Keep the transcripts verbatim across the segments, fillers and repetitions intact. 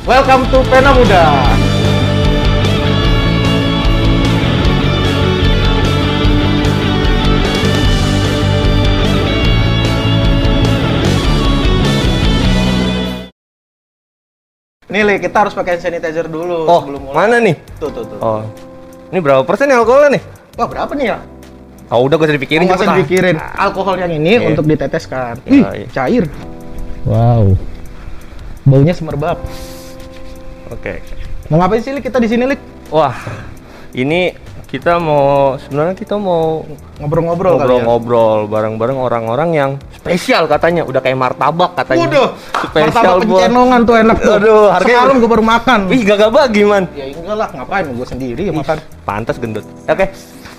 Welcome to Pena Muda. Nih, Li, kita harus pakai sanitizer dulu oh, sebelum mulai. Mana nih? Tuh, tuh, tuh. Oh. Ini berapa persen ya alkoholnya nih? Wah, berapa nih ya? Oh, udah gak usah dipikirin. Nggak usah dipikirin. Alkohol yang ini yeah. untuk diteteskan. Yeah, Ih, yeah. cair. Wow. Baunya semerbak. Oke. Okay. Mau ngapain sih, Li, kita di sini, Li? Wah, ini kita mau sebenarnya kita mau ngobrol-ngobrol ngobrol-ngobrol bareng-bareng orang-orang yang spesial katanya, udah kayak martabak katanya. Waduh, spesial martabak pencenongan tuh enak tuh. Aduh, harganya semalam gue baru makan. Ih, gak bagi man. Ya enggak lah, ngapain gue sendiri ya makan. Pantas gendut. Oke. Okay.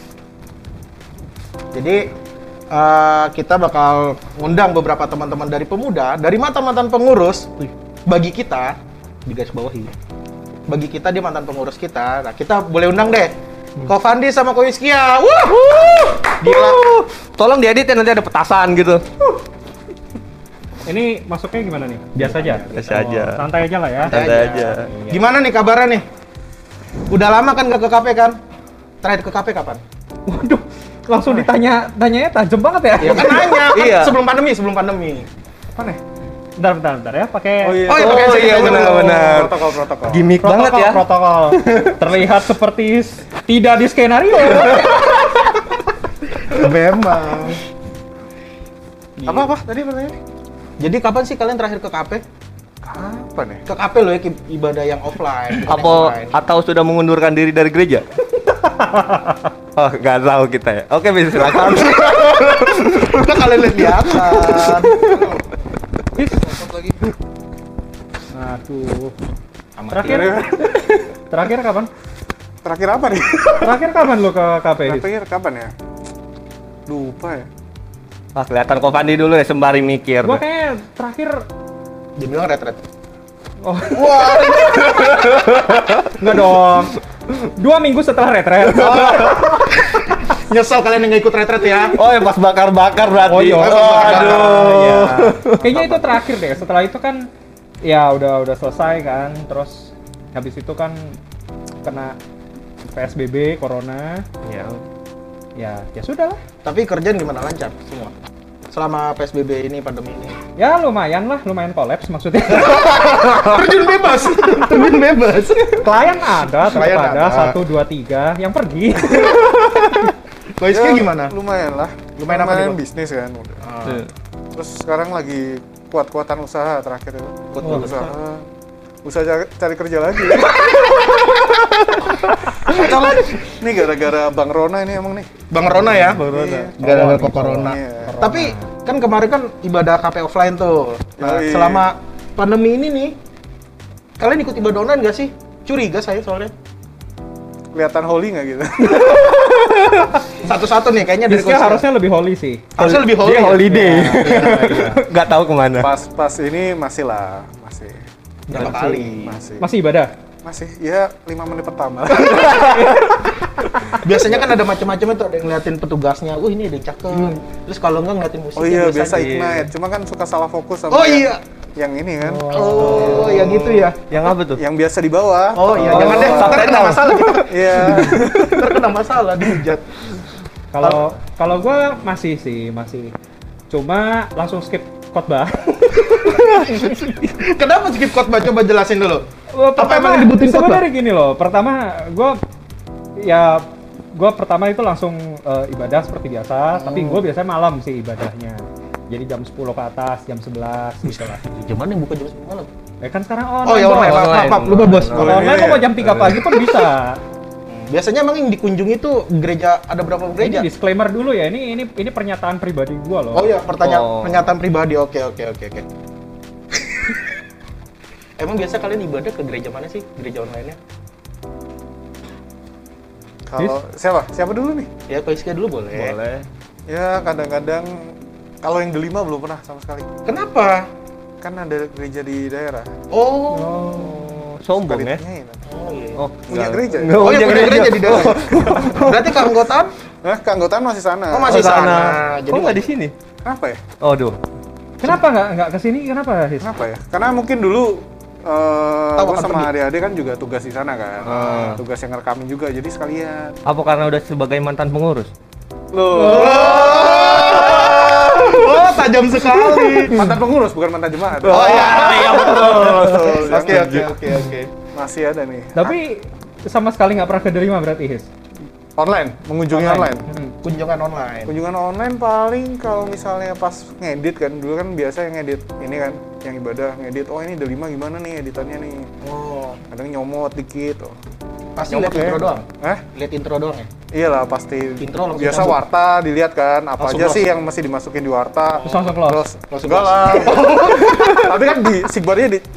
Jadi uh, kita bakal ngundang beberapa teman-teman dari pemuda, dari mantan-mantan pengurus. Bagi kita, di garis bawahi. Bagi kita dia mantan pengurus kita. Nah, kita boleh undang deh. Ko Fandi sama Ko Yuskia. Wuh! Gila. Tolong diedit ya, nanti ada petasan gitu. Ini masuknya gimana nih? Biasa aja? Biasa aja. Oh, santai aja lah ya. Santai aja. aja. Gimana nih kabarnya nih? Udah lama kan gak ke kafe kan? Terakhir ke kafe kapan? Waduh, langsung ditanya, tanyanya tajam banget ya? Ya kan nanya, kan iya. sebelum pandemi, sebelum pandemi. Apa nih? Bentar, bentar, bentar ya, pakai... Oh iya, oh, iya, pakai oh, iya benar-benar. Protokol, protokol. Gimik protokol, banget ya. Protokol, terlihat seperti tidak di skenario. Memang. Apa-apa tadi pertanyaannya? Jadi kapan sih kalian terakhir ke kafe? Kapan ya? Ke kafe loh ya, ibadah yang offline. bukan yang Apa online. atau sudah mengundurkan diri dari gereja? Oh, nggak tahu kita ya. Oke, bisa silakan. Udah kalian lihat-lihatan. lagi. Aduh. Terakhir, terakhir kapan? Terakhir apa nih? Terakhir kapan lo ke kafe? Terakhir kapan ya? Lupa ya. Ah, kelihatan Ko Fandi dulu ya sembari mikir. Gua kayak terakhir. Dia bilang retret. Oh, Wah, enggak dong. Dua minggu setelah retret. nyesel kalian yang nggak ikut retret ya. Oh, ya pas bakar-bakar berarti. Oh, iya. Oh, aduh. Ya. Kayaknya itu terakhir deh. Setelah itu kan ya udah udah selesai kan. Terus habis itu kan kena P S B B, corona. Ya. Ya, ya sudah lah. Tapi kerjaan gimana, lancar semua? Selama P S B B ini, pandemi ini. Ya lumayan lah, lumayan kolaps maksudnya. Terjun bebas. Terjun bebas. Klien ada, tetap Klien ada, ada. satu, dua, tiga, yang pergi. Ko Yuskia gimana? Lumayan lah. Lumayan apa nih, Lumayan Bang? bisnis kan udah. Ah. Terus sekarang lagi kuat-kuatan usaha terakhir itu. Kuat-kuatan usaha. Usaha cari, cari kerja lagi. Ini gara-gara Bang Rona ini emang nih. Bang Rona ya? Bang Rona. Gara-gara kok corona. Iya. Tapi kan kemarin kan ibadah kafe offline tuh. Nah, Yoi. selama pandemi ini nih, kalian ikut ibadah online nggak sih? Curiga saya soalnya. Kelihatan holy nggak gitu? Satu-satu nih, kayaknya dari Yuskia Ko Yuskia. harusnya lebih holy sih. harusnya lebih holy. Dia ya? holiday. Iya, iya, iya. Nggak tahu kemana. Pas-pas ini masih lah, masih. Berapa Masih. kali? Masih. Masih ibadah? Masih, ya lima menit pertama. Biasanya kan ada macam-macam itu, ada yang ngeliatin petugasnya, wah ini ada yang cakep. Terus kalau enggak ngeliatin musiknya Oh iya, biasa aja. ignite. Cuma kan suka salah fokus sama Oh yang, iya. yang ini kan. Oh, ya gitu ya. Yang apa tuh? Yang biasa di bawah. Oh iya, Oh, jangan deh, ntar kena subtitle. masalah kita. Iya. Ntar kena masalah, dihujat. Kalau kalau gue masih sih, masih. Cuma langsung skip khotbah. Kenapa skip khotbah? Coba jelasin dulu. Wah, Apa emang yang dibutuhin khotbah? sebenarnya gini loh, pertama gue ya gue pertama itu langsung eh, ibadah seperti biasa, tapi gue biasanya malam sih ibadahnya. Jadi jam sepuluh ke atas, jam sebelas gitu lah. Jam mana yang buka jam sepuluh malam? Ya kan sekarang online. Oh ya Bos. online, maaf, maaf, maaf, lupa bos. Kalau Oh, online iya, lo mau iya. jam tiga pagi pun bisa. Biasanya emang yang dikunjungi itu gereja, ada berapa gereja? Ini disclaimer dulu ya, ini ini ini pernyataan pribadi gue loh. Oh iya, pertanyaan Oh. pernyataan pribadi. Oke, oke, oke, oke. Emang biasa kalian ibadah ke gereja mana sih? Gereja online-nya? Kalau siapa? Siapa dulu nih? Ya, Ko Yuskia dulu boleh. Boleh. Ya kadang-kadang kalau yang delima belum pernah sama sekali. Kenapa? Kan ada gereja di daerah. Oh. Oh, sombong ya? Ditanyain. Oh iya. Oh, Punya nggak- gereja? nggak Oh, ya punya punya gereja di daerah. Berarti keanggotaan? Nah, keanggotaan masih sana. Oh, masih Oh, sana. sana. Jadi Jadi nggak di sini? Kenapa ya? Oh, duh. Kenapa nggak nggak kesini? Kenapa His? Kenapa ya? Karena mungkin dulu Eh, Tahu gue akan sama pergi. adik-adik kan juga tugas di sana kan. Ah. Tugas yang ngerekamin juga, jadi sekalian. Apa karena udah sebagai mantan pengurus? Oh, tajam sekali. Mantan pengurus, bukan mantan jemaat. Oh iya. Iya betul. Oke oke oke oke. Masih ada nih. Tapi sama sekali nggak pernah keterima berarti His? Online, mengunjungi online. Hmm. Kunjungan online. Kunjungan online paling kalau misalnya pas ngedit kan, dulu kan biasa yang ngedit ini kan, yang ibadah ngedit, oh ini delima gimana nih editannya nih. Oh, Kadang nyomot dikit. Oh. pasti Nyomot lihat intro ya. doang. Eh? Lihat intro doang ya. Iyalah pasti. Intro langsung Biasa cabut. warta dilihat kan, apa Langsung aja close. sih yang mesti dimasukin di warta. Terus langsung close. Terus Langsung enggak close. lah. Tapi kan di sigbarnya di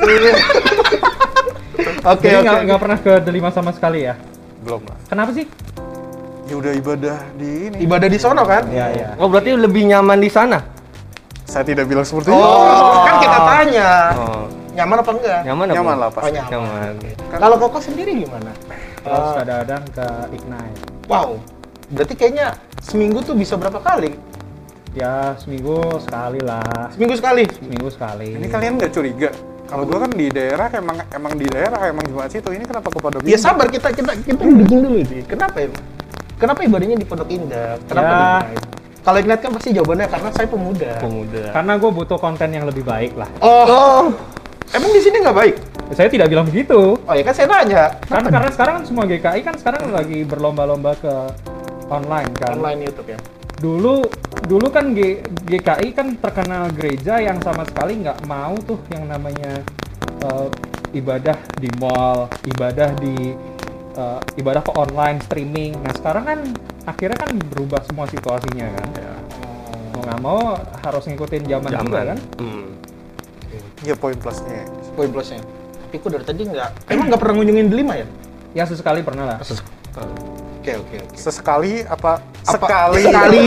Oke Jadi oke. nggak nggak pernah ke delima sama sekali ya? belum lah. Kenapa sih? Ya udah ibadah di ini. Ibadah di sono kan? Iya iya. Oh berarti lebih nyaman di sana? Saya tidak bilang seperti itu. Oh, kan kita tanya. Oh, Nyaman apa enggak? nyaman apa? Nyaman lah Oh, pasti. nyaman. Nyaman. Kalau Koko sendiri gimana? Terus Eh, kadang-kadang ke Ignite. wow. Berarti kayaknya seminggu tuh bisa berapa kali? Ya seminggu sekali lah. Seminggu sekali. Seminggu sekali. Ini kalian nggak curiga? Kalau gua kan di daerah emang emang di daerah emang jemaat situ. Ini kenapa ke Pondok Ya Indah? sabar kita kita kita bikin dulu ini. Kenapa ya? Kenapa ibadahnya di Pondok Indah? Kenapa Ya. di Ignite? Kalau Ignite kan pasti jawabannya karena saya pemuda. Pemuda. Karena gue butuh konten yang lebih baik lah. Oh. Emang di sini nggak baik? Saya tidak bilang begitu. Oh ya kan saya nanya. Karena karena sekarang kan semua G K I kan sekarang lagi berlomba-lomba ke online kan. Online YouTube ya. Dulu dulu kan G, GKI kan terkenal gereja yang sama sekali nggak mau tuh yang namanya eh, ibadah di mall, ibadah di eh, ibadah ke online streaming. Nah sekarang kan akhirnya kan berubah semua situasinya kan. Mau nggak mau harus ngikutin zaman, juga Zaman. kan. Hmm. Iya poin plusnya. Poin plusnya. Tapi kok dari tadi nggak. Emang nggak pernah ngunjungin Delima ya? Ya sesekali pernah lah. Oke oke oke. Sesekali apa? Apa- Sekali. Sekali.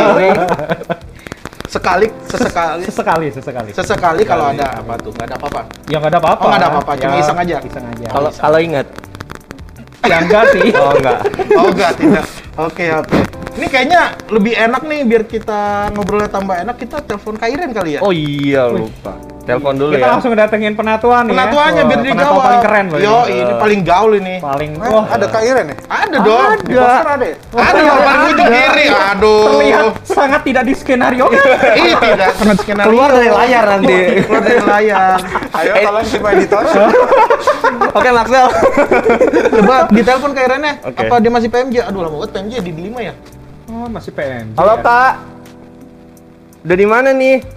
Sekali, sesekali. Sesekali, sesekali. Sesekali kalau ada apa tuh? Nggak ada apa-apa. Ya nggak ada apa-apa. Oh, nggak ada apa-apa, cuma Ya, iseng aja. Iseng aja. Kalau kalau ingat. ya enggak sih. Oh enggak. Oh enggak, tidak. Oke oke. Ini kayaknya lebih enak nih biar kita ngobrolnya tambah enak. Kita telepon Kairen kali ya. Oh iya lupa. Telepon dulu Kita ya. langsung datengin penatuan nih. Penatuannya ya. biar Wah, dia penatua jawab. paling keren loh. Yo, ini paling gaul ini. Paling Eh, wah, ada Kak Iren ya? Ada dong. Di poster ada ya? Ada yang paling ujung kiri. Aduh. terlihat sangat tidak di skenario. Ih, tidak sangat skenario. Keluar dari layar nanti. Keluar dari layar. Ayo tolong tim editor. Oke Maxwell. Coba ditelepon Kairennya. Oke. Apa dia masih P M J? Aduh, lama banget P M J di lima ya. Oh, masih P M. Halo ya. Kak. Udah di mana nih?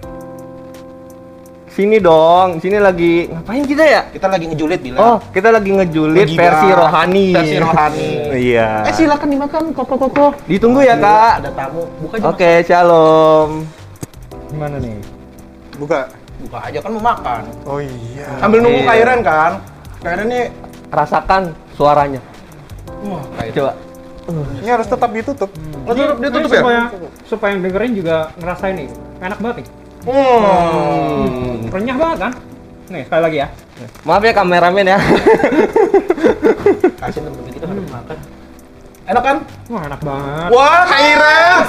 Sini dong. Sini lagi ngapain kita ya? Kita lagi ngejulit bilang. Oh, kita lagi ngejulit Ngegibah. versi rohani. Versi rohani. Iya. Eh silakan dimakan koko-koko. Ditunggu ya, Kak. Ada tamu. Buka aja. Oke, shalom. Gimana nih? Buka. Mas. Buka aja kan mau makan. Oh iya. Sambil nunggu Iya. Kairen kan. Kairen nih. Rasakan suaranya. Wah, Kairen. Coba. Ini harus tetap ditutup. Oh, tutup, dia Ini tutup ya? supaya, supaya yang dengerin juga ngerasain nih. Enak banget nih. Hmm. Renyah banget kan? Nih, sekali lagi ya. Maaf ya kameramen ya. Kasih temen kita harus makan. Enak kan? Wah, enak banget. Wah, Kairen.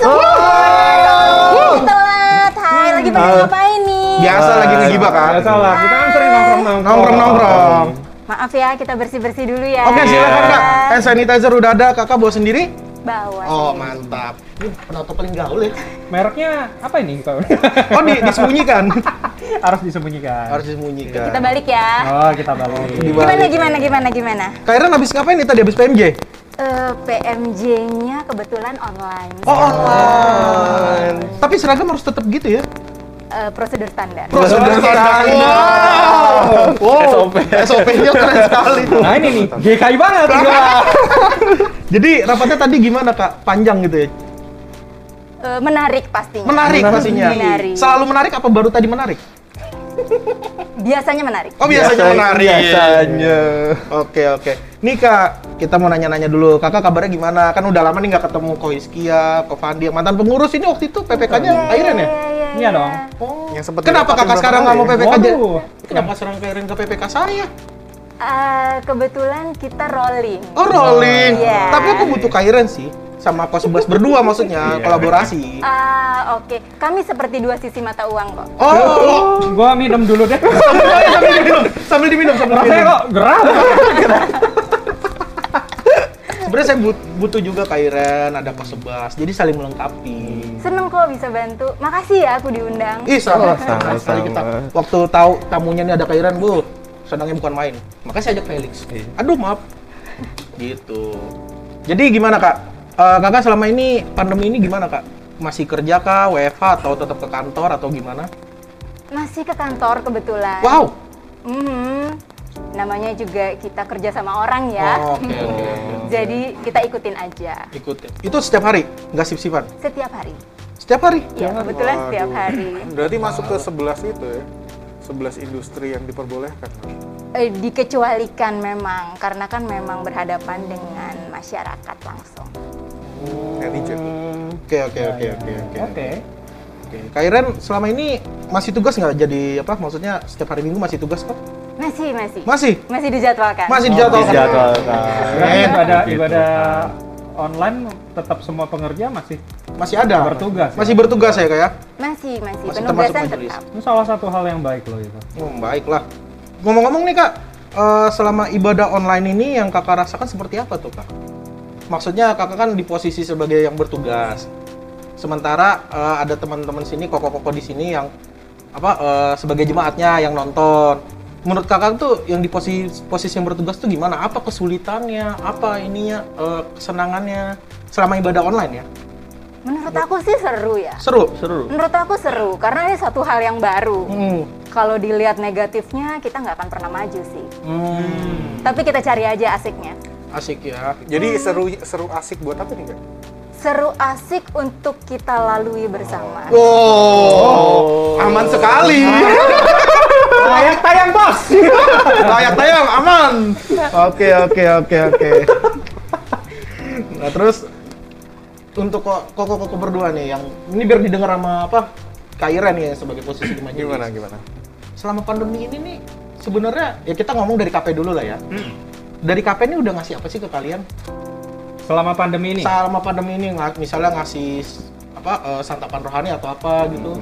Aduh, telat. Hai, lagi pada Halo. ngapain nih? Biasa lagi ngegibah kan? Biasa lah, kita kan sering nongkrong-nongkrong. Nongkrong-nongkrong. Maaf ya, kita bersih-bersih dulu ya. Oke, silakan Kak. Hand sanitizer udah ada, Kakak bawa sendiri? Bawa. Oh, sendiri. mantap. Ini penonton paling gaul ya. Mereknya apa ini? Kau? Oh, di, disembunyikan. Harus disembunyikan. Harus disembunyikan. Kita balik ya. Oh, kita balik. Di- Gimana, gimana, gimana, gimana? Kairen habis ngapain nih tadi habis P M J? Eh, P M J-nya kebetulan online. Oh, online. Tapi seragam harus tetap gitu ya? Eh, prosedur standar. Prosedur standar. Wow. Wow. S O P-nya keren sekali. Nah ini nih, G K I banget. gua. Jadi rapatnya tadi gimana Kak? Panjang gitu ya? Eh, menarik pastinya. Menarik pastinya. Menarik. Selalu menarik apa baru tadi menarik? Biasanya menarik. Oh biasanya menarik. Biasanya. Oke oke. Nih Kak, kita mau nanya-nanya dulu. Kakak kabarnya gimana? Kan udah lama nih nggak ketemu Ko Hiskia, Ko Fandi, yang mantan pengurus ini waktu itu P P K-nya Kairen ya? Iya dong. Oh. Yang sempet Kenapa dilepasin Kakak sekarang berapa nggak mau P kali P K aja? Waduh. Kenapa sekarang Kairen ke P P K saya? Eh, kebetulan kita rolling. Oh rolling. Iya. Tapi aku butuh Kairen sih. sama Kos sebelas berdua maksudnya, Iya. kolaborasi. Ah, oke. Kami seperti dua sisi mata uang kok. Oh, Gua minum dulu deh. sambil diminum, sambil diminum, sambil Rasanya diminum. kok gerah. Sebenarnya saya but- butuh juga Kairen, ada Kos sebelas, jadi saling melengkapi. Seneng kok bisa bantu. Makasih ya aku diundang. Ih, sama, Oh, sama-sama. sekali kita. Waktu tahu tamunya ini ada Kairen, Bu, senangnya bukan main. Makanya saya ajak Felix. Iya. Aduh, maaf. Gitu. Jadi gimana, Kak? Eh, kakak selama ini pandemi ini gimana, Kak? Masih kerja kah, W F H atau tetap ke kantor atau gimana? Masih ke kantor kebetulan. Wow. Mhm. Namanya juga kita kerja sama orang ya. Oh, Oke, oke, oke. Jadi kita ikutin aja. Ikutin. Itu setiap hari, nggak sip-sipan? Setiap hari. Setiap hari? Ya, kebetulan setiap Waduh. hari. Berarti masuk ke sebelas itu ya? sebelas industri yang diperbolehkan. Eh, dikecualikan memang, karena kan memang berhadapan dengan masyarakat langsung. Netizen. Oke, oke, oke, oke, oke. Oke. Oke. Kairen selama ini masih tugas nggak jadi apa? Maksudnya setiap hari Minggu masih tugas kok? Masih, masih. Masih? Masih dijadwalkan. Masih Oh, dijadwalkan? dijadwalkan. Berarti Eh, ibadah gitu. ibadah online tetap semua pengerja masih Masih ada? Bertugas, ya? Masih bertugas ya, Kak ya? Masih, masih. Masih Penugasan termasuk majelis. tetap. itu salah satu hal yang baik loh itu. Oh, baiklah. Ngomong-ngomong nih, Kak, eh, selama ibadah online ini yang Kakak rasakan seperti apa tuh, Kak? Maksudnya Kakak kan di posisi sebagai yang bertugas. Sementara eh, ada teman-teman sini, koko-koko di sini yang apa eh, sebagai jemaatnya yang nonton. Menurut Kakak tuh yang di posisi posisi yang bertugas tuh gimana? Apa kesulitannya? Apa ininya eh, kesenangannya selama ibadah online ya? Menurut aku sih seru ya. Seru. Seru. Menurut aku seru, karena ini satu hal yang baru. Hmm. Kalau dilihat negatifnya, kita nggak akan pernah maju sih. Hmm. Tapi kita cari aja asiknya. Asik ya. Jadi seru seru asik buat apa nih, Kak? Seru asik untuk kita lalui bersama. Wow, aman sekali. Layak tayang bos. Layak tayang, aman. Oke, oke, oke, oke. Nah, terus untuk kok kok kok berdua nih yang ini biar didengar sama apa? Kairen ya sebagai posisi di majelis. Gimana gimana? Selama pandemi ini nih sebenarnya ya kita ngomong dari K P dulu lah ya. Dari K P ini udah ngasih apa sih ke kalian? Selama pandemi ini. Selama pandemi ini nga- misalnya ngasih apa eh, santapan rohani atau apa gitu.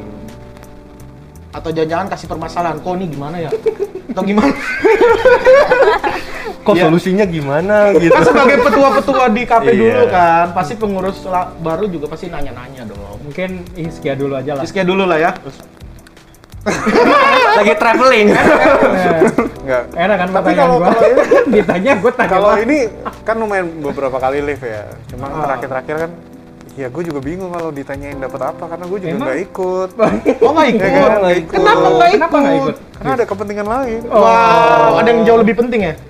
Atau jangan-jangan kasih permasalahan, kok ini gimana ya? Atau gimana? Kok Iya. solusinya gimana gitu? Kan sebagai petua-petua di K P Iya. dulu kan, pasti pengurus la- baru juga pasti nanya-nanya dong. Mungkin Hiskia dulu aja lah. Rizky dulu lah ya. Lagi traveling. Nah, Enggak. enak kan Tapi pertanyaan kalau gua? kalau ini Ditanya gue tanya. kalau lah. ini kan lumayan beberapa kali live ya. Cuma Ah. terakhir-terakhir kan ya gue juga bingung kalau ditanyain dapat apa karena gue juga Emang? nggak ikut. Oh nggak ikut? Ya kan? Nggak ikut. Kenapa nggak ikut? Kenapa nggak ikut? Karena ada kepentingan lain. Wow, ada yang jauh lebih penting ya?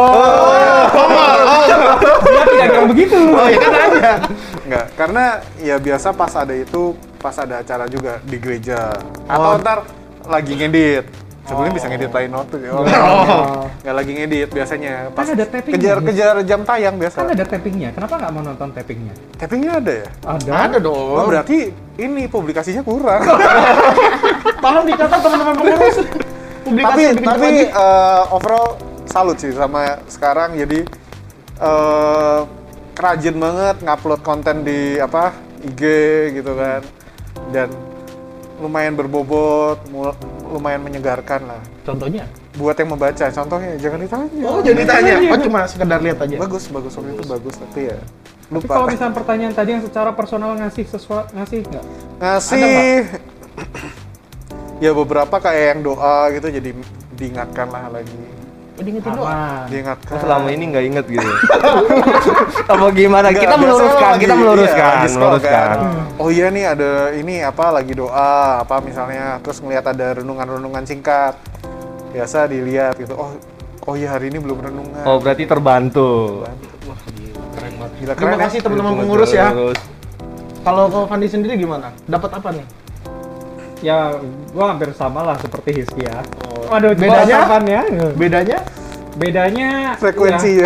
Dia tidak bilang begitu. Oh ya kan aja. Enggak, karena ya biasa pas ada itu, pas ada acara juga di gereja. Atau Oh. ntar lagi ngedit. Sebelumnya bisa ngedit lain waktu ya. Oh. Oh. Nggak lagi ngedit biasanya. Pas Kan ada tappingnya. kejar-kejar jam tayang biasa. Kan ada tappingnya. Kenapa nggak mau nonton tappingnya? Tappingnya ada ya? Ada. Ada dong. Oh, berarti ini publikasinya kurang. Tolong dicatat teman-teman pengurus. Publikasi tapi lebih tapi lagi. eh, overall salut sih sama sekarang jadi eh rajin banget ngupload konten di apa I G gitu kan dan lumayan berbobot mul- lumayan menyegarkan lah Contohnya? buat yang membaca contohnya jangan ditanya Oh jadi tanya? Oh cuma sekedar lihat aja? bagus bagus waktu itu bagus tapi ya Tapi lupa kalau misalnya pertanyaan tadi yang secara personal ngasih sesuatu ngasih nggak? ngasih ya beberapa kayak yang doa gitu jadi diingatkan lah lagi Oh diingetin doang? Aman. diingatkan Selama ini nggak inget gitu. Apa gimana? Nggak, kita biasa meluruskan, lagi- kita meluruskan, iya, lagi scroll meluruskan. kan. Oh iya nih ada ini apa lagi doa apa misalnya terus ngelihat ada renungan-renungan singkat. Biasa dilihat gitu. Oh oh iya hari ini belum renungan. Oh berarti terbantu. Wah gila, keren banget. Gila, Terima keren ya. kasih teman-teman pengurus ya. Pengurus. Kalau kalau Fandi sendiri gimana? Dapat apa nih? Ya, gua hampir sama lah seperti Hiskia. Oh. Waduh, Bedanya? bedanya? Bedanya? Bedanya Frekuensi ya.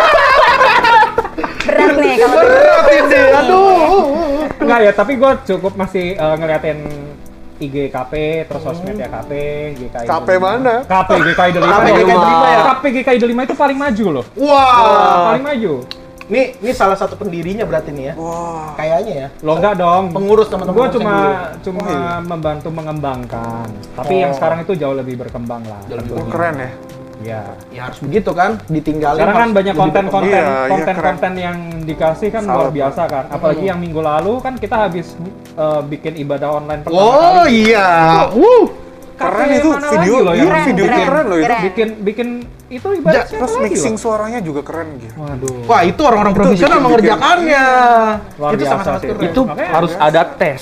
Berat nih kalau Berat ini, aduh. Enggak ya, tapi gue cukup masih eh, ngeliatin I G K P, terus sosmednya K P, G K I. K P mana? K P, G K I Delima. K P G K I Delima ya? K P G K I Delima itu paling maju loh. Wah. Paling maju. Ini ini salah satu pendirinya berarti nih ya. Wah. Kayaknya ya. Lo enggak dong. Pengurus teman-teman. Gue cuma pengurus cuma Oh, iya. membantu mengembangkan. Tapi Oh. yang sekarang itu jauh lebih berkembang lah. Jauh lebih Oh, tentunya. keren ya. Ya. Ya harus begitu kan, ditinggalin. Sekarang kan harus banyak jadi konten-konten Iya, iya, konten-konten yang dikasih kan Salut luar biasa kan. Apalagi Hmm. yang minggu lalu kan kita habis uh, bikin ibadah online pertama Oh kali. iya. Uh. Keren Kafe itu mana video, lagi loh iya, yang videonya keren, keren loh itu. keren. bikin bikin itu ibadah Ja- siapa Terus lagi mixing loh? suaranya juga keren gitu. Waduh. Wah, itu orang-orang Itu profesional bikin-bikin. mengerjakannya. Luar itu biasa sangat-sangat sih. keren. Itu Makanya harus biasa. ada tes.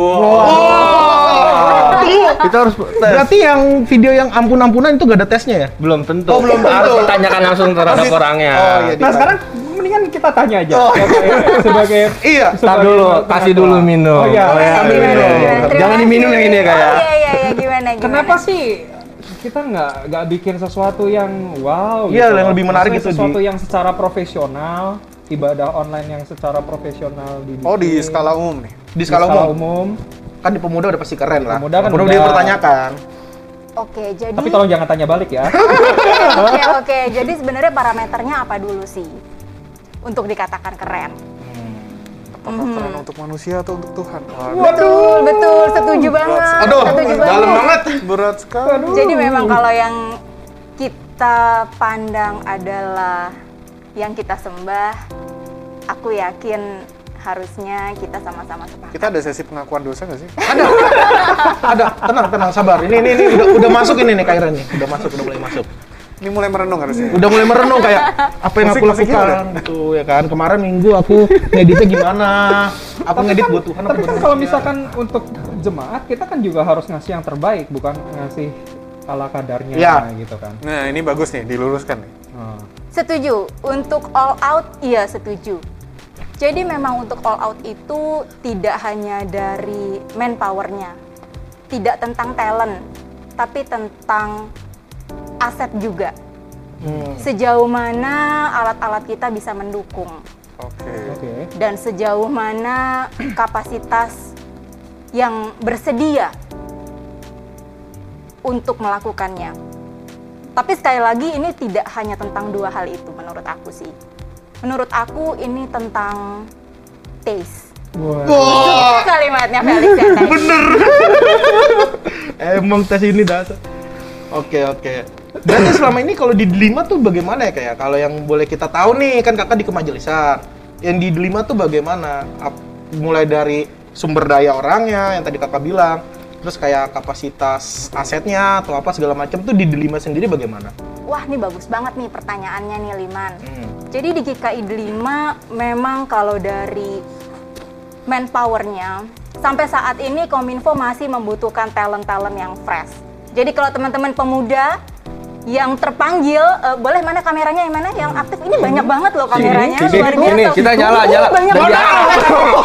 Oh. Itu harus tes. Berarti yang video yang ampun-ampunan itu gak ada tesnya ya? Belum tentu. Oh, belum Harus tentu. ditanyakan langsung terhadap Masih- orangnya. Oh, iya. Nah ditanya. sekarang mendingan kita tanya aja Oh. sebagai sebagai Iya. Tar sebagai dulu, pengatua. kasih dulu minum. Oh iya. Oh, iya. Sambil Gimana, minum. gimana? Terima Jangan kasih. diminum yang ini ya, Kak, ya? Oh, iya iya iya gimana gimana? Kenapa sih kita nggak nggak bikin sesuatu yang wow? Iya, gitu yang loh? lebih menarik Maksudnya gitu, sesuatu Di. yang secara profesional, ibadah online yang secara profesional dibikin. Oh, di skala umum nih. Di skala umum. umum. Kan di pemuda udah pasti keren lah. Pemuda kan Pemuda udah. dia pertanyakan. Oke, jadi Tapi tolong jangan tanya balik ya. Oke oke, jadi sebenarnya parameternya apa dulu sih untuk dikatakan keren? Apakah keren untuk manusia atau untuk Tuhan? Waduh, Betul betul, setuju banget. Aduh, setuju dalam banget. berat sekali. Jadi memang kalau yang kita pandang adalah yang kita sembah, aku yakin harusnya kita sama-sama sepakat. Kita ada sesi pengakuan dosa nggak sih? Ada, tenang, tenang, sabar. Ini, ini, ini udah, udah masuk ini nih Kairen nih. Udah masuk, udah mulai masuk. Ini mulai merenung harusnya. Udah mulai merenung kayak apa yang aku Musik- musiknya lakukan gitu ya kan. Kemarin minggu aku ngeditnya gimana? Aku Tapi ngedit kan- buat Tuhan. apa Tapi buat kan kalau manusia? misalkan untuk jemaat kita kan juga harus ngasih yang terbaik, bukan ngasih ala kadarnya Ya. gitu kan. Nah, ini bagus nih, diluruskan nih. Nah. Setuju. Untuk all out, iya setuju. Jadi memang untuk all out itu tidak hanya dari manpower-nya, tidak tentang talent, tapi tentang aset juga. Hmm. Sejauh mana alat-alat kita bisa mendukung Oke. Oke. dan sejauh mana kapasitas yang bersedia untuk melakukannya. Tapi sekali lagi ini tidak hanya tentang dua hal itu menurut aku sih. Menurut aku ini tentang taste. Wah. Wah, Kalimatnya Felix ya tadi. bener. Emang tes ini dasar. Oke, oke. Berarti selama ini kalau di Delima tuh bagaimana ya kayak? Kalau yang boleh kita tahu nih, kan kakak di kemajelisan. Yang di Delima tuh bagaimana? Ap- mulai dari sumber daya orangnya yang tadi kakak bilang, terus kayak kapasitas asetnya atau apa segala macam tuh di Delima sendiri bagaimana? Wah, ini bagus banget nih pertanyaannya nih Liman. Hmm. Jadi di G K I Delima memang kalau dari manpower-nya sampai saat ini Kominfo masih membutuhkan talent-talent yang fresh. Jadi kalau teman-teman pemuda yang terpanggil, eh, boleh mana kameranya yang mana yang aktif? Ini banyak banget loh kameranya, Sini, luar sini, biasa. kita nyala, Uh, nyala. Banyak Dan banget.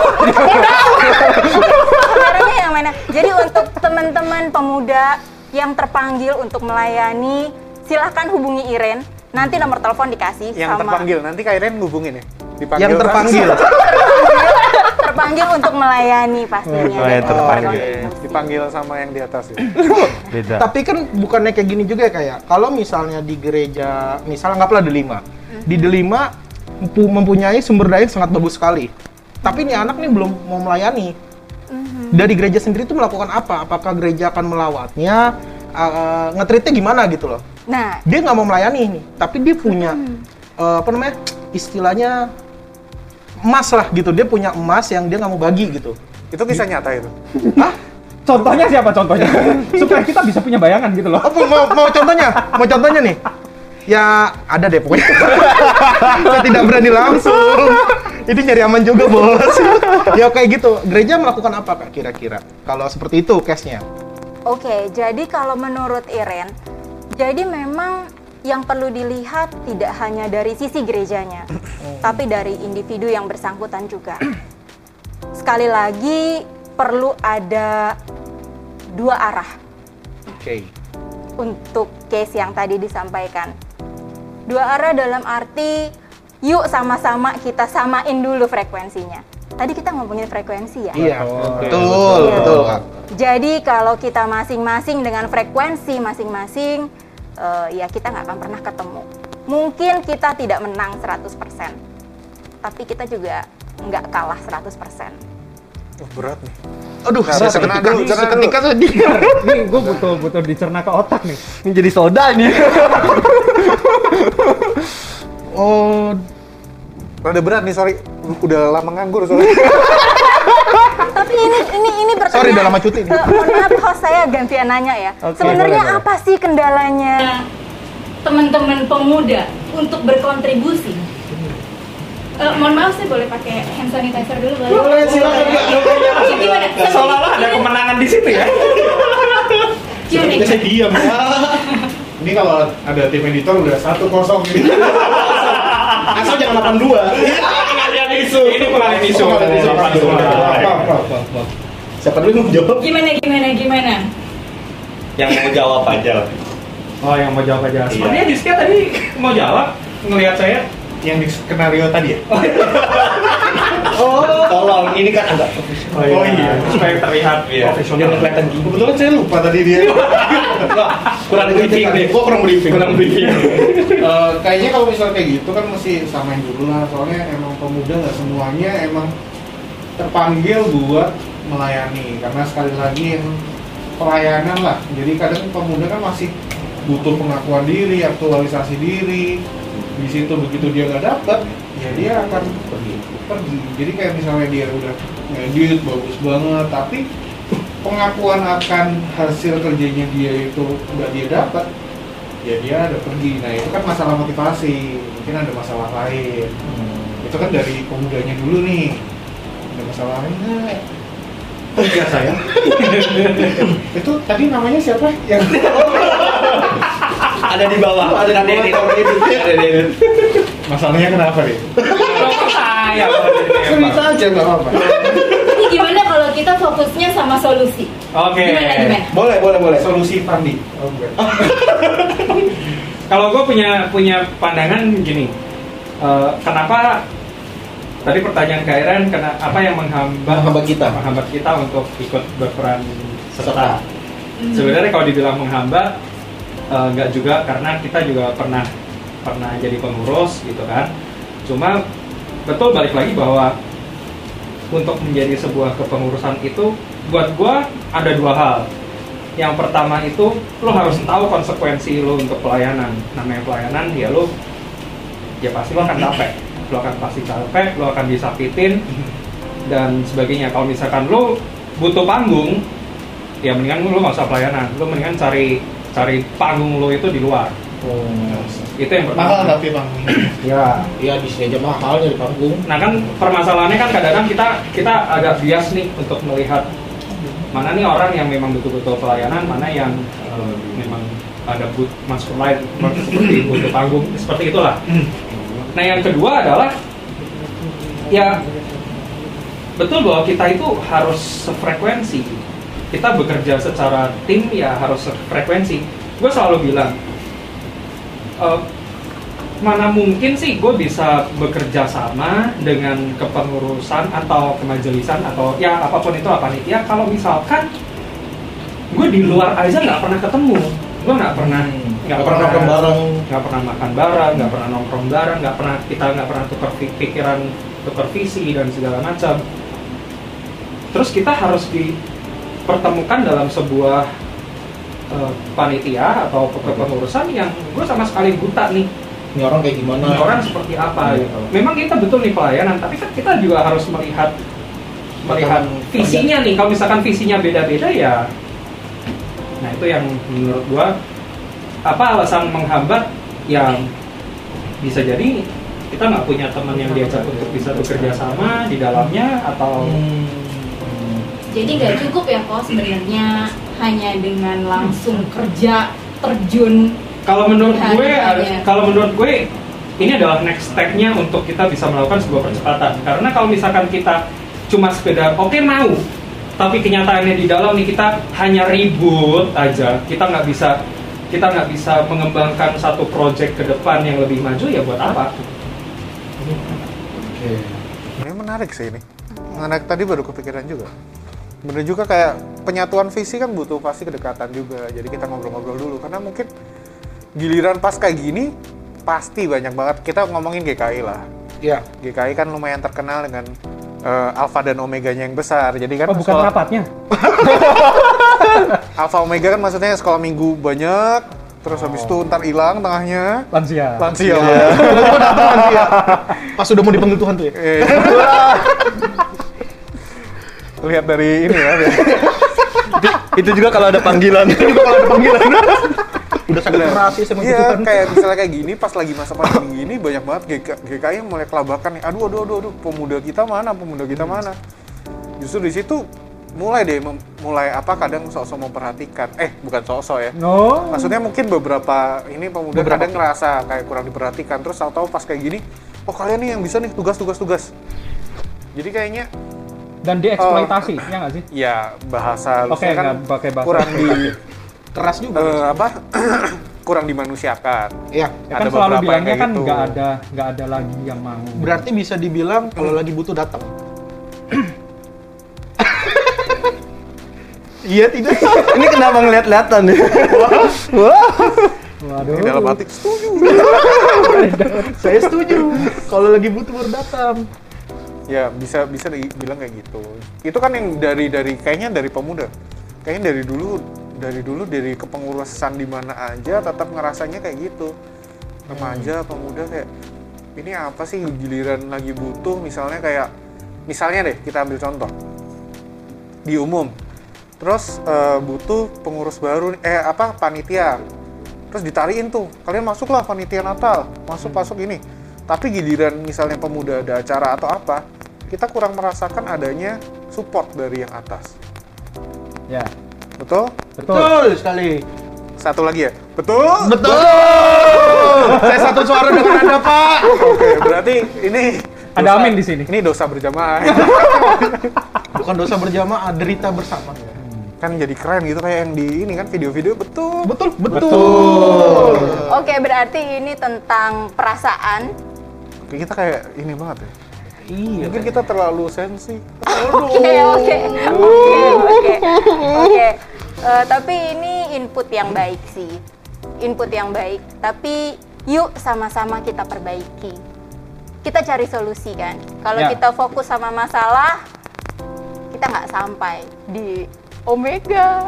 Kameranya yang mana? Jadi untuk teman-teman pemuda yang terpanggil untuk melayani, silahkan hubungi Iren. Nanti nomor telepon dikasih Yang sama terpanggil, nanti Kak Iren ngubungin ya? Dipanggil Yang kan? terpanggil. terpanggil untuk melayani pastinya. Oh, yang dan terpanggil. kontribusi. Dipanggil sama yang di atas ya? Beda. Tapi kan bukannya kayak gini juga ya kayak kalau misalnya di gereja, misalnya anggaplah Delima, di Delima mempu- mempunyai sumber daya yang sangat bagus sekali. Tapi nih anak nih belum mau melayani. Dari gereja sendiri itu melakukan apa? Apakah gereja akan melawatnya? Uh, nge-treatnya gimana gitu loh? Nah, Dia nggak mau melayani nih, tapi dia punya uh, apa namanya? Istilahnya emas lah gitu. Dia punya emas yang dia nggak mau bagi gitu. Itu kisah nyata itu? Hah? Contohnya siapa contohnya? Supaya kita bisa punya bayangan gitu loh. Oh, mau, mau contohnya? Mau contohnya nih? Ya ada deh pokoknya. Saya tidak berani langsung. Ini nyari aman juga bos. Ya kayak gitu. Gereja melakukan apa kak kira-kira? Kalau seperti itu case-nya? oke, jadi kalau menurut Iren, jadi memang yang perlu dilihat tidak hanya dari sisi gerejanya, tapi dari individu yang bersangkutan juga. Sekali lagi, perlu ada dua arah Oke. untuk case yang tadi disampaikan. Dua arah dalam arti, yuk sama-sama kita samain dulu frekuensinya. Tadi kita ngomongin frekuensi ya? Iya, Betul. betul, Iya. betul kak. Jadi kalau kita masing-masing dengan frekuensi masing-masing, eh, ya kita nggak akan pernah ketemu. Mungkin kita tidak menang seratus persen. tapi kita juga nggak kalah seratus persen. Oh, berat nih. Aduh, Nah, saya cerna seketika, dulu, cerna seketika sedih. Nih gue butuh butuh dicerna ke otak nih. Ini jadi soda nih. Oh, Rada berat nih, sorry. Udah lama nganggur soalnya. Tapi ini ini ini bertanya. Sorry, udah lama cuti nih. Eh, mohon maaf, host saya gantian nanya ya. Oke, Sebenarnya boleh, boleh. apa sih kendalanya teman-teman pemuda untuk berkontribusi? Eh, mohon maaf, saya boleh pakai hand sanitizer dulu boleh? Boleh, silakan. Gimana? Seolah-olah ada kemenangan di situ ya. Gimana? Sepertinya saya diam. Ini kalau ada tim editor udah satu kosong ini. Asal jangan delapan dua. Pengalian isu. Ini pengalian isu. Oh, pengalian isu. Aduh, aduh, aduh. Apa, apa, apa, apa. Siapa dulu yang mau jawab? Gimana gimana gimana? Yang mau jawab aja. Oh, yang mau jawab aja. Iya. Sepertinya Diska tadi mau jawab ngelihat saya. Yang di skenario tadi ya? Oh, tolong, ini kan agak profesional. Oh, iya. Supaya terlihat Iya. profesional. Jangan kelihatan gini. Kebetulan saya lupa tadi dia. Kurang briefing deh. Gua kurang briefing. Kurang briefing. Eh, kayaknya kalau misalnya kayak gitu kan mesti samain dulu lah. Soalnya emang pemuda nggak semuanya emang terpanggil buat melayani. Karena sekali lagi yang pelayanan lah. Jadi kadang pemuda kan masih butuh pengakuan diri, aktualisasi diri. Di situ begitu dia nggak dapat, ya dia akan pergi. pergi. Jadi kayak misalnya dia udah ngedit bagus banget, tapi pengakuan akan hasil kerjanya dia itu nggak dia dapat, ya dia ada pergi. Nah itu kan masalah motivasi, mungkin ada masalah lain. Hmm. Itu kan dari pemudanya dulu nih, ada masalah lain nggak? Iya saya. Itu tadi namanya siapa? Yang Ada di bawah. Ada di edit. Ada di edit. masalahnya kenapa nih? Kalau saya. Cerita aja nggak apa-apa. Ini gimana kalau kita fokusnya sama solusi? Oke. Gimana gimana? Boleh, boleh, boleh. Solusi Pandi. Oh, gue. Kalau gue punya punya pandangan gini, eh, kenapa tadi pertanyaan Kak Iren, kena apa yang menghambat Menghambat kita. menghambat kita untuk ikut berperan serta? Hmm. Sebenarnya kalau dibilang menghambat, eh, nggak juga karena kita juga pernah pernah jadi pengurus gitu kan. Cuma betul balik lagi bahwa untuk menjadi sebuah kepengurusan itu buat gue ada dua hal. Yang pertama itu lo harus tahu konsekuensi lo untuk pelayanan. Namanya pelayanan ya lo ya pasti lo akan capek, lo akan pasti capek, lo akan disakitin dan sebagainya. Kalau misalkan lo butuh panggung, ya mendingan lo nggak usah pelayanan, lo mendingan cari cari panggung lo itu di luar. Oh. Itu yang pertama. Mahal tapi panggungnya. Ya. Iya, di sini aja mahal di panggung. Nah kan permasalahannya kan kadang-kadang kita kita agak bias nih untuk melihat mana nih orang yang memang betul-betul pelayanan, mana yang uh, memang ada but masuk live seperti butuh panggung seperti itulah. Nah yang kedua adalah ya betul bahwa kita itu harus sefrekuensi. Kita bekerja secara tim ya harus sefrekuensi. Gue selalu bilang uh, mana mungkin sih gue bisa bekerja sama dengan kepengurusan atau kemajelisan atau ya apapun itu apa nih ya kalau misalkan gue di luar aja nggak pernah ketemu, gue nggak pernah nggak pernah makan bareng, nggak pernah makan bareng, nggak pernah nongkrong bareng, nggak pernah kita nggak pernah tukar pikiran, tukar visi dan segala macam. Terus kita harus dipertemukan dalam sebuah uh, panitia atau kepengurusan yang gue sama sekali buta nih. Ini orang kayak gimana? Ini orang seperti apa gitu. Memang kita betul nih pelayanan, tapi kan kita juga harus melihat melihat visinya nih. Kalau misalkan visinya beda-beda ya, nah itu yang menurut gua apa alasan menghambat yang bisa jadi kita nggak punya teman yang diajak untuk bisa bekerja sama di dalamnya atau Jadi nggak cukup ya kok sebenarnya hanya dengan langsung kerja terjun. kalau menurut gue Iya, iya. kalau menurut gue ini adalah next step-nya untuk kita bisa melakukan sebuah percepatan. Karena kalau misalkan kita cuma sekedar oke okay, mau, tapi kenyataannya di dalam nih kita hanya ribut aja, kita nggak bisa kita nggak bisa mengembangkan satu project ke depan yang lebih maju ya buat apa? Oke. Ini menarik sih ini. Menarik, tadi baru kepikiran juga. Bener juga kayak penyatuan visi kan butuh pasti kedekatan juga. Jadi kita ngobrol-ngobrol dulu karena mungkin giliran pas kayak gini pasti banyak banget kita ngomongin G K I lah. Iya. G K I kan lumayan terkenal dengan uh, alfa dan omeganya yang besar. Jadi kan Oh, bukan sekolah- rapatnya. alfa omega kan maksudnya sekolah minggu banyak, terus habis itu ntar hilang tengahnya. Lansia. Lansia. Iya. Pas udah mau dipanggil Tuhan tuh ya. Eh. Lihat dari ini ya. Itu juga kalau ada panggilan. Juga kalau ada panggilan. Udah sangat keras sih sama Iya, Tuhan. kayak misalnya kayak gini, pas lagi masa pandemi gini banyak banget G K, G K I yang mulai kelabakan nih. Aduh, aduh, aduh, aduh, pemuda kita mana, pemuda kita mana. Justru di situ mulai deh, mem- mulai apa kadang sok-sok memperhatikan. Eh, bukan sok-sok ya. No. Maksudnya mungkin beberapa ini pemuda Beberapa kadang ngerasa kayak kurang diperhatikan. Terus tahu-tahu pas kayak gini, oh kalian nih yang bisa nih tugas-tugas-tugas. Jadi kayaknya Dan dieksploitasi, ya nggak sih? ya bahasa Oke, halusnya kan nggak pakai bahasa. kurang di Keras juga. eh, apa kurang dimanusiakan. Iya. Ya kan Ada selalu beberapa yang bilangnya kayak kan gitu. nggak ada nggak ada lagi yang mau. Berarti bisa dibilang kalau lagi butuh datang. Iya tidak. Ini kenapa ngeliat-liatan ya? Wah. Waduh. Ini dalam hati setuju. Saya setuju. Kalau lagi butuh baru datang. Ya bisa bisa dibilang kayak gitu. Itu kan yang dari dari kayaknya dari pemuda. Kayaknya dari dulu dari dulu dari kepengurusan di mana aja tetap ngerasanya kayak gitu. Remaja, pemuda kayak ini apa sih giliran lagi butuh misalnya kayak misalnya deh kita ambil contoh di umum. Terus eh, butuh pengurus baru nih, eh apa panitia. Terus ditariin tuh, kalian masuklah panitia Natal, masuk masuk ini. Tapi giliran misalnya pemuda ada acara atau apa, kita kurang merasakan adanya support dari yang atas. Ya, Betul? betul. Betul sekali. Satu lagi ya? Betul? Betul. Saya satu suara dengan Anda, Pak. Oke, berarti ini Ada amin di sini. Ini dosa berjamaah. Bukan dosa berjamaah, derita bersama. Kan jadi keren gitu kayak yang di ini kan video-video betul. Betul, betul. Oke, berarti ini tentang perasaan. Kita kayak ini banget ya. Iya. Mungkin kita terlalu sensi. Oke, oke, oke, oke, oke. Eh, Tapi ini input yang baik sih, input yang baik. Tapi yuk sama-sama kita perbaiki. Kita cari solusi kan. Kalau Ya. kita fokus sama masalah, kita nggak sampai di Omega.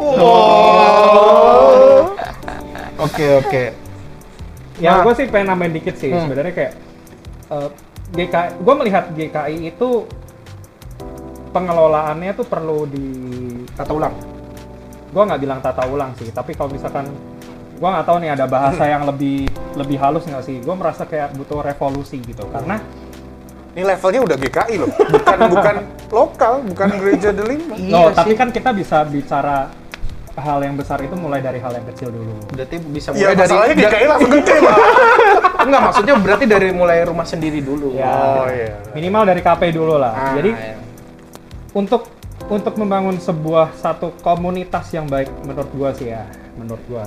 Oke, oke. Ya, Nah. gue sih pengen nambahin dikit sih. Hmm. Sebenarnya kayak eh, G K I, gue melihat G K I itu pengelolaannya tuh perlu di, Kata ulang. gue nggak bilang tata ulang sih. Tapi kalau misalkan gue nggak tahu nih ada bahasa yang lebih lebih halus nggak sih? Gue merasa kayak butuh revolusi gitu. Karena Ini levelnya udah G K I loh, bukan bukan lokal, bukan gereja delima. no, Iya tapi sih. kan kita bisa bicara hal yang besar itu mulai dari hal yang kecil dulu. Berarti bisa Ya mulai dari masalahnya G K I langsung gede lah. Enggak, maksudnya berarti dari mulai rumah sendiri dulu. Ya. Oh iya. Minimal dari K P dulu lah. Ah, Jadi iya. untuk untuk membangun sebuah satu komunitas yang baik menurut gua sih ya, menurut gua.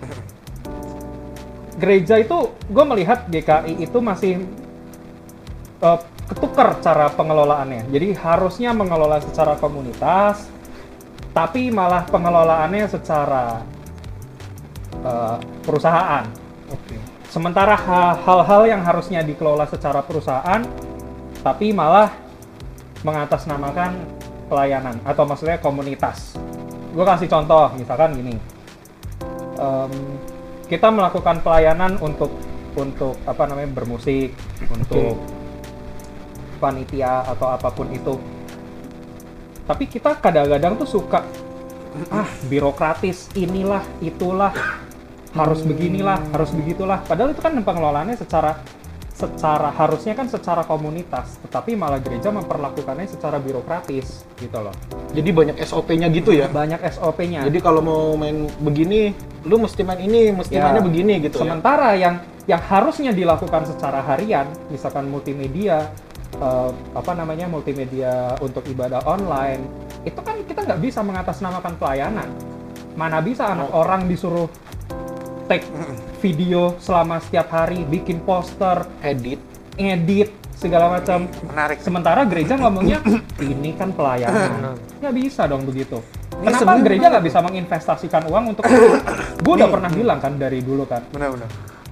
Gereja itu gua melihat G K I itu masih uh, ketukar cara pengelolaannya. Jadi harusnya mengelola secara komunitas, tapi malah pengelolaannya secara uh, perusahaan. Oke. Sementara ha- hal-hal yang harusnya dikelola secara perusahaan, tapi malah mengatasnamakan pelayanan atau maksudnya komunitas. Gue kasih contoh, misalkan gini, Em, kita melakukan pelayanan untuk untuk apa namanya bermusik, untuk panitia atau apapun itu. Tapi kita kadang-kadang tuh suka ah birokratis, inilah, itulah, harus beginilah, harus begitulah. Padahal itu kan pengelolaannya secara secara harusnya kan secara komunitas, tetapi malah gereja memperlakukannya secara birokratis gitu loh. Jadi banyak S O P-nya gitu ya. Banyak S O P-nya. Jadi kalau mau main begini, lu mesti main ini, mesti Ya. mainnya begini gitu ya. Sementara yang yang harusnya dilakukan secara harian, misalkan multimedia, eh, apa namanya multimedia untuk ibadah online, itu kan kita nggak bisa mengatasnamakan pelayanan. Mana bisa anak Oh. orang disuruh take video selama setiap hari, bikin poster, Edit. ngedit segala macam. Menarik. Sementara gereja ngomongnya ini kan pelayanan, nggak bisa dong begitu. Ini Kenapa sebenarnya- gereja nggak bisa menginvestasikan uang untuk itu? Gue udah pernah bilang kan dari dulu kan. Benar-benar.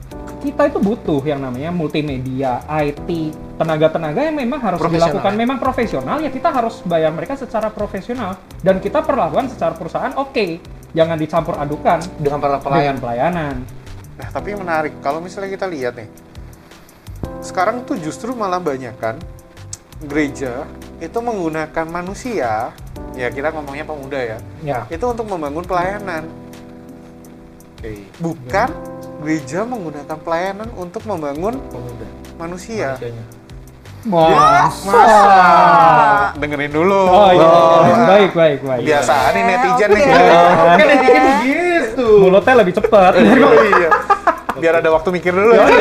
kita itu butuh yang namanya multimedia, I T, tenaga-tenaga yang memang harus Profesional, dilakukan ya? memang profesional, ya kita harus bayar mereka secara profesional dan kita perlakukan secara perusahaan oke, jangan dicampur adukan Dengan para dengan pelayan. pelayanan. Nah, tapi menarik kalau misalnya kita lihat nih. Sekarang tuh justru malah banyak kan gereja itu menggunakan manusia, ya kita ngomongnya pemuda ya. Ya. Itu untuk membangun pelayanan. Oke. Bukan gereja menggunakan pelayanan untuk membangun Pemuda. manusia. Manusianya. Masa. Dengerin dulu. Oh iya, iya. baik baik baik. Biasaan nih netizen Oke. nih. Kan netizen begitu. Mulutnya lebih cepat. Oh iya. Biar ada waktu mikir dulu ya.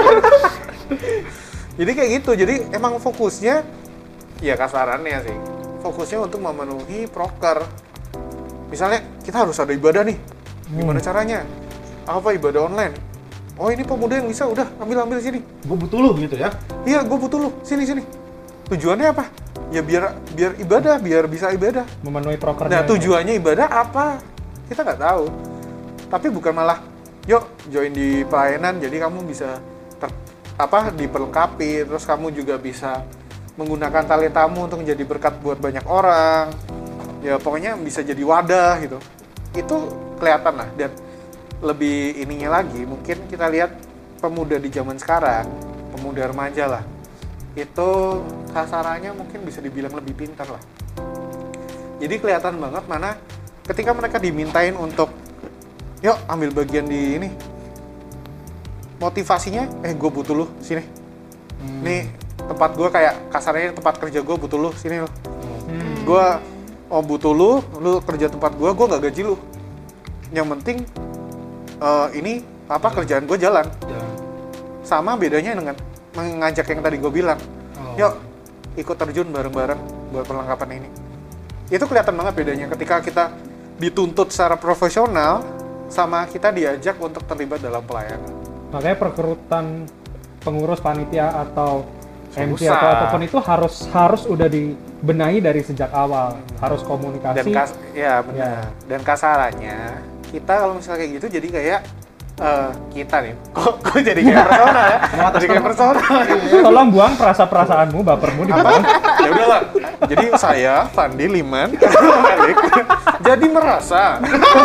Jadi kayak gitu. Jadi emang fokusnya ya kasarannya sih. Fokusnya untuk memenuhi proker. Misalnya kita harus ada ibadah nih. Gimana caranya? Apa ibadah online? Oh ini pemuda yang bisa, udah ambil ambil sini. Gue butuh lu gitu ya. Iya, gue butuh lu. Sini sini. Tujuannya apa? Ya biar biar ibadah, biar bisa ibadah. Memenuhi prokernya. Nah tujuannya ibadah apa? Kita nggak tahu. Tapi bukan malah, yuk join di pelayanan, jadi kamu bisa ter, apa diperlengkapi, terus kamu juga bisa menggunakan talentamu untuk menjadi berkat buat banyak orang. Ya pokoknya bisa jadi wadah gitu. Itu kelihatan lah. Dan lebih ininya lagi, mungkin kita lihat pemuda di zaman sekarang, pemuda remaja lah, itu kasarannya mungkin bisa dibilang lebih pintar lah. Jadi kelihatan banget mana ketika mereka dimintain untuk yuk ambil bagian di ini, motivasinya eh gue butuh lu sini, Hmm. nih tempat gue kayak kasarnya tempat kerja gue butuh lu sini lo, Hmm. gue oh butuh lu, lu kerja tempat gue, gue nggak gaji lu, yang penting eh, ini apa kerjaan gue jalan. Ya. Sama bedanya dengan mengajak yang tadi gue bilang, Oh. yuk ikut terjun bareng-bareng buat perlengkapan ini. Itu kelihatan banget bedanya ketika kita dituntut secara profesional sama kita diajak untuk terlibat dalam pelayanan. Makanya perekrutan pengurus panitia atau M C Susah. atau apapun itu harus harus udah dibenahi dari sejak awal. Harus komunikasi. Dan kas, ya benar. Dan kasarannya kita kalau misalnya kayak gitu jadi kayak eh, kita nih, kok, kok jadi kayak persona ya? Jadi kayak persona. Tolong buang perasa-perasaanmu, bapermu di bawah. Ya udahlah. Jadi saya, Fandi Liman, Malik, jadi merasa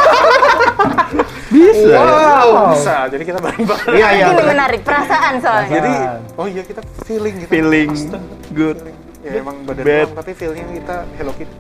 Bisa. Wow. bisa. Jadi kita bareng-bareng. Iya iya. Ini menarik perasaan soalnya. Jadi, oh iya kita feeling gitu. Feeling good. Ya emang badan Bad. doang, tapi feel-nya kita Hello Kitty.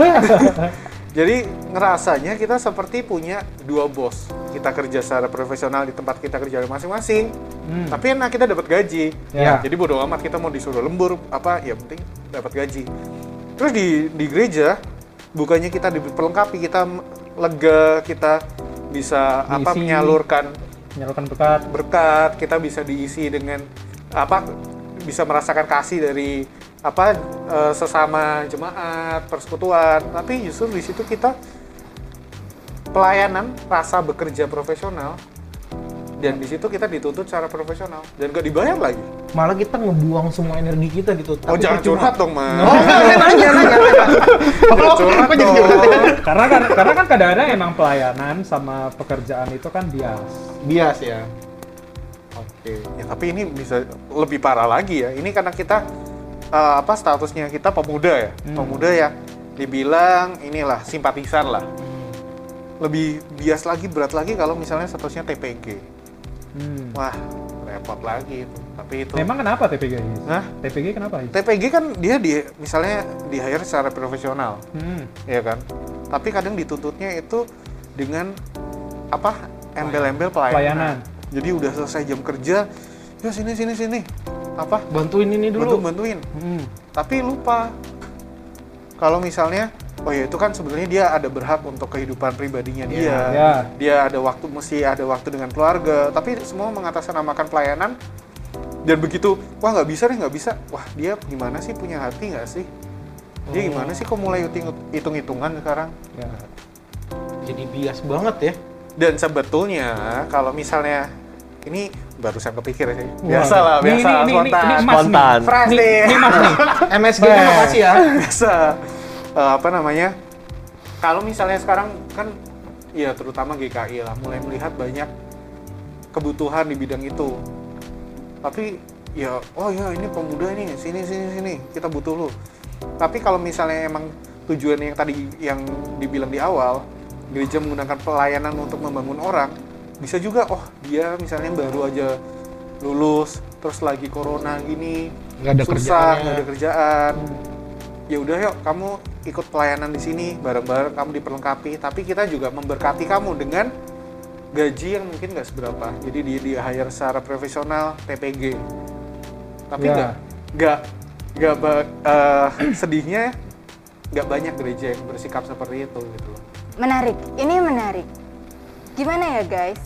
Jadi ngerasanya kita seperti punya dua bos. Kita kerja secara profesional di tempat kita kerja masing-masing. Hmm. Tapi enak kita dapat gaji. Ya. Jadi bodo amat kita mau disuruh lembur apa ya penting dapat gaji. Terus di di gereja bukannya kita diperlengkapi, kita m- lega, kita bisa apa Diisi. menyalurkan Menyalurkan berkat. berkat, kita bisa diisi dengan apa bisa merasakan kasih dari apa eh, sesama jemaat, persekutuan. Tapi justru di situ kita pelayanan, rasa bekerja profesional, dan di situ kita dituntut secara profesional dan gak dibayar lagi. Malah kita ngebuang semua energi kita gitu. Oh Tapi jangan percuma. curhat dong mas. Oh, nanya, nanya, nanya. Jangan curhat Kok jadi dong. curhat ya? Karena kan karena kan kadang-kadang emang pelayanan sama pekerjaan itu kan bias. Bias ya. Oke. Ya tapi ini bisa lebih parah lagi ya. Ini karena kita eh, apa statusnya kita pemuda ya, Hmm. pemuda ya dibilang inilah simpatisan lah. Lebih bias lagi, berat lagi kalau misalnya statusnya T P G. Hmm. Wah, repot lagi itu. Tapi itu. Memang kenapa T P G? Hah? T P G kenapa? Is? T P G kan dia di misalnya di hire secara profesional, Hmm. ya kan? Tapi kadang dituntutnya itu dengan apa? Embel-embel pelayanan. Pelayanan. Jadi udah selesai jam kerja, ya sini sini sini. Apa? Bantuin ini Bantu dulu. bantuin. Hmm. Tapi lupa kalau misalnya oh ya itu kan sebenarnya dia ada berhak untuk kehidupan pribadinya dia. Ya. Dia ada waktu mesti ada waktu dengan keluarga, tapi semua mengatasnamakan pelayanan. Dan begitu, wah nggak bisa deh, nggak bisa. Wah dia gimana sih, punya hati nggak sih? Dia Oh. gimana sih kok mulai hitung- hitung-hitungan sekarang? Ya. Jadi bias banget ya. Dan sebetulnya kalau misalnya ini barusan kepikir sih. Wah. Biasa lah, Ini- biasa ini- ini- spontan. ini emas Spontan. nih. Fresh Ini, nih. ini mas nih. M S G-nya Beh. makasih ya. Biasa. Eh, apa namanya? Kalau misalnya sekarang kan ya terutama G K I lah mulai melihat banyak kebutuhan di bidang itu. Tapi ya, oh ya ini pemuda ini, sini sini sini, kita butuh lu. Tapi kalau misalnya emang tujuan yang tadi yang dibilang di awal, gereja menggunakan pelayanan untuk membangun orang, bisa juga, oh dia misalnya baru aja lulus, terus lagi corona gini, Nggak ada susah, kerjaannya. nggak ada kerjaan. Ya udah yuk, kamu ikut pelayanan di sini, bareng-bareng kamu diperlengkapi. Tapi kita juga memberkati kamu dengan gaji yang mungkin nggak seberapa. Jadi dia di hire secara profesional, T P G. Tapi Ya. nggak, nggak, nggak ba- eh, sedihnya nggak banyak gereja yang bersikap seperti itu gitu loh. Menarik, ini menarik. Gimana ya guys?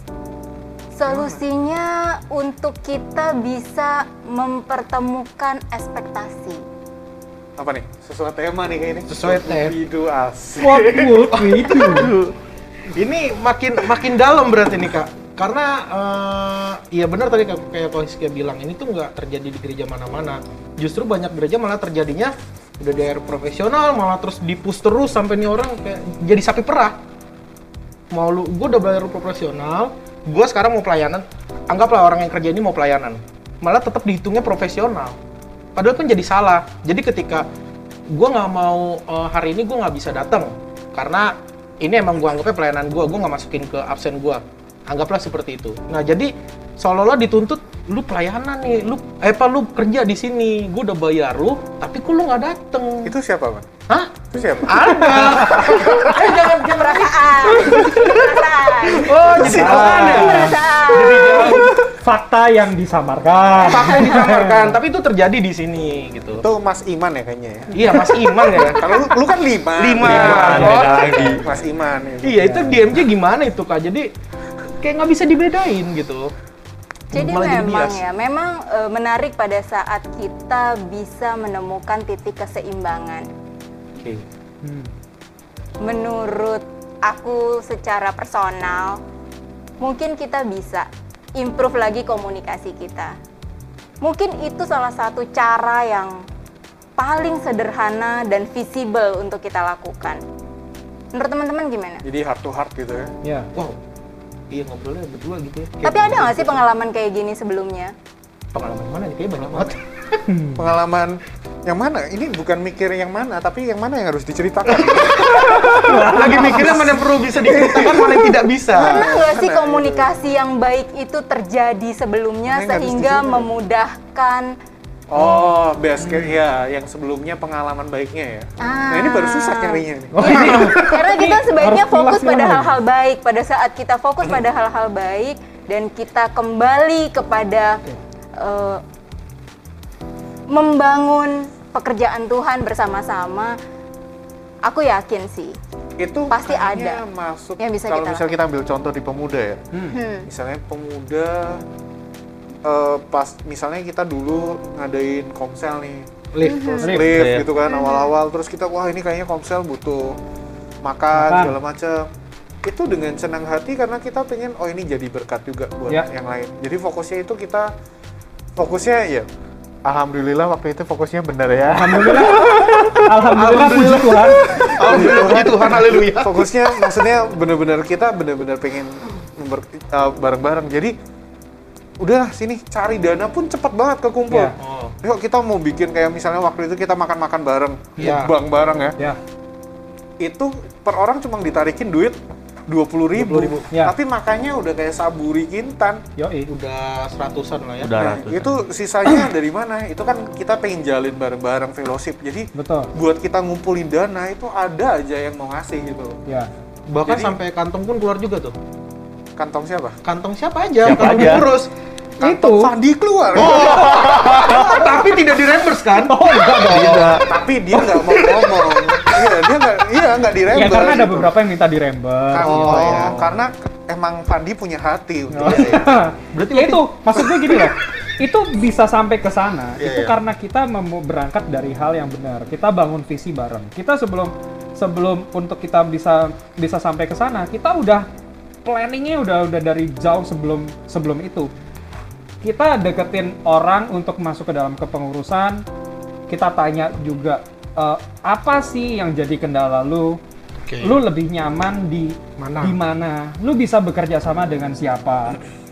Solusinya untuk kita bisa mempertemukan ekspektasi. Apa nih? Sesuai tema nih kayak ini. Sesuai tema. Hidup asik. What would we do? Ini makin makin dalam berarti nih Kak. Karena eh, iya benar tadi kayak kayak Ko Hizkia bilang, ini tuh nggak terjadi di gereja mana-mana. Justru banyak gereja malah terjadinya udah daerah profesional, malah terus dipus terus sampai nih orang kayak jadi sapi perah. Mau lu, gue udah bayar lu profesional, gue sekarang mau pelayanan. Anggaplah orang yang kerja ini mau pelayanan, malah tetap dihitungnya profesional. Padahal kan jadi salah. Jadi ketika gue nggak mau eh, hari ini gue nggak bisa datang karena ini emang gue anggapnya pelayanan gue, gue nggak masukin ke absen gue. Anggaplah seperti itu. Nah jadi seolah-olah dituntut lu pelayanan nih, lu eh apa lu kerja di sini, gue udah bayar lu, tapi kok lu nggak dateng? Itu siapa, Bang? Hah? Itu siapa? Ada. Eh jangan jangan. Perasaan, perasaan, Oh jadi apaan ya? perasaan. Fakta yang disamarkan. Fakta yang disamarkan, tapi itu terjadi di sini gitu. Itu Mas Iman ya kayaknya ya. Iya Mas Iman ya. Kalau lu, lu kan lima. Lima. Beda Oh. lagi. Mas Iman. Ya. Iya itu D M J gimana itu Kak? Jadi kayak nggak bisa dibedain gitu. Jadi Malah jadi memang bias. ya, memang e, menarik pada saat kita bisa menemukan titik keseimbangan. Oke. Hmm. Menurut aku secara personal, mungkin kita bisa improve lagi komunikasi kita. Mungkin itu salah satu cara yang paling sederhana dan visible untuk kita lakukan. Menurut teman-teman gimana? Jadi heart to heart gitu ya. Ya. Wow. Iya ngobrolnya berdua gitu ya. Tapi ada nggak sih pengalaman kayak gini sebelumnya? Pengalaman mana nih? Kayaknya banyak banget. Pengalaman yang mana? Ini bukan mikir yang mana, tapi yang mana yang harus diceritakan. Lagi mikirnya mana yang perlu bisa diceritakan, mana yang tidak bisa. Pernah nggak sih Mana? komunikasi yang baik itu terjadi sebelumnya Mana yang nggak sehingga bisa juga? memudahkan? Oh, best case ya, yang sebelumnya pengalaman baiknya ya. Nah, ini baru susah nyarinya nih. Oh, ini Karena kita sebaiknya Harus fokus pulas pada yang hal-hal baik. Pada saat kita fokus pada hal-hal baik dan kita kembali kepada eh, membangun pekerjaan Tuhan bersama-sama, aku yakin sih. Itu Pasti kayaknya ada masuk yang bisa kalau kita misalnya kita ambil contoh di pemuda ya. Hmm. Misalnya pemuda eh, pas misalnya kita dulu ngadain komsel nih. Lift. Terus Lift, lift ya. gitu kan awal-awal, terus kita wah ini kayaknya komsel butuh makan, Makan. segala macam. Itu dengan senang hati karena kita pengen oh ini jadi berkat juga buat Ya. yang lain. Jadi fokusnya itu kita fokusnya ya alhamdulillah waktu itu fokusnya benar ya. Alhamdulillah. Alhamdulillah puji Tuhan. Alhamdulillah puji Tuhan, haleluya. Fokusnya maksudnya benar-benar kita benar-benar pengen member- uh, bareng-bareng. Jadi udah sini cari dana pun cepat banget kekumpul. Ya. Oh. Yuk kita mau bikin kayak misalnya waktu itu kita makan-makan bareng, Ya. mukbang bareng ya. Ya. Itu per orang cuma ditarikin duit dua puluh ribu. dua puluh ribu. Ya. Tapi makannya udah kayak saburi kintan. Yoi. Udah seratusan lah ya. Udah Nah, ratus. itu sisanya dari mana? Itu kan kita pengen jalin bareng-bareng fellowship. Jadi Betul. buat kita ngumpulin dana itu ada aja yang mau ngasih gitu. Ya. Bahkan Jadi- sampai kantong pun keluar juga tuh. Kantong siapa? Kantong siapa aja? Siapa Kantong aja? pengurus. Kantong Fandi keluar. Tapi tidak di reimburse kan? Oh, enggak dong. Tidak. Tapi dia nggak mau ngomong. Iya, dia nggak, iya nggak di Ya reimburse. karena ada gitu. beberapa yang minta dirember. Kan- Oh, oh, iya. karena emang Fandi punya hati untuk Oh. itu. Berarti ya itu maksud gue gini loh, itu bisa sampai ke sana Iya, itu iya. karena kita mem- berangkat dari hal yang benar, kita bangun visi bareng. Kita sebelum sebelum untuk kita bisa bisa sampai ke sana, kita udah planningnya udah udah dari jauh sebelum sebelum itu. Kita deketin orang untuk masuk ke dalam kepengurusan, kita tanya juga eh, apa sih yang jadi kendala lu. Oke. Lu lebih nyaman di Mana? di mana? Lu bisa bekerja sama dengan siapa?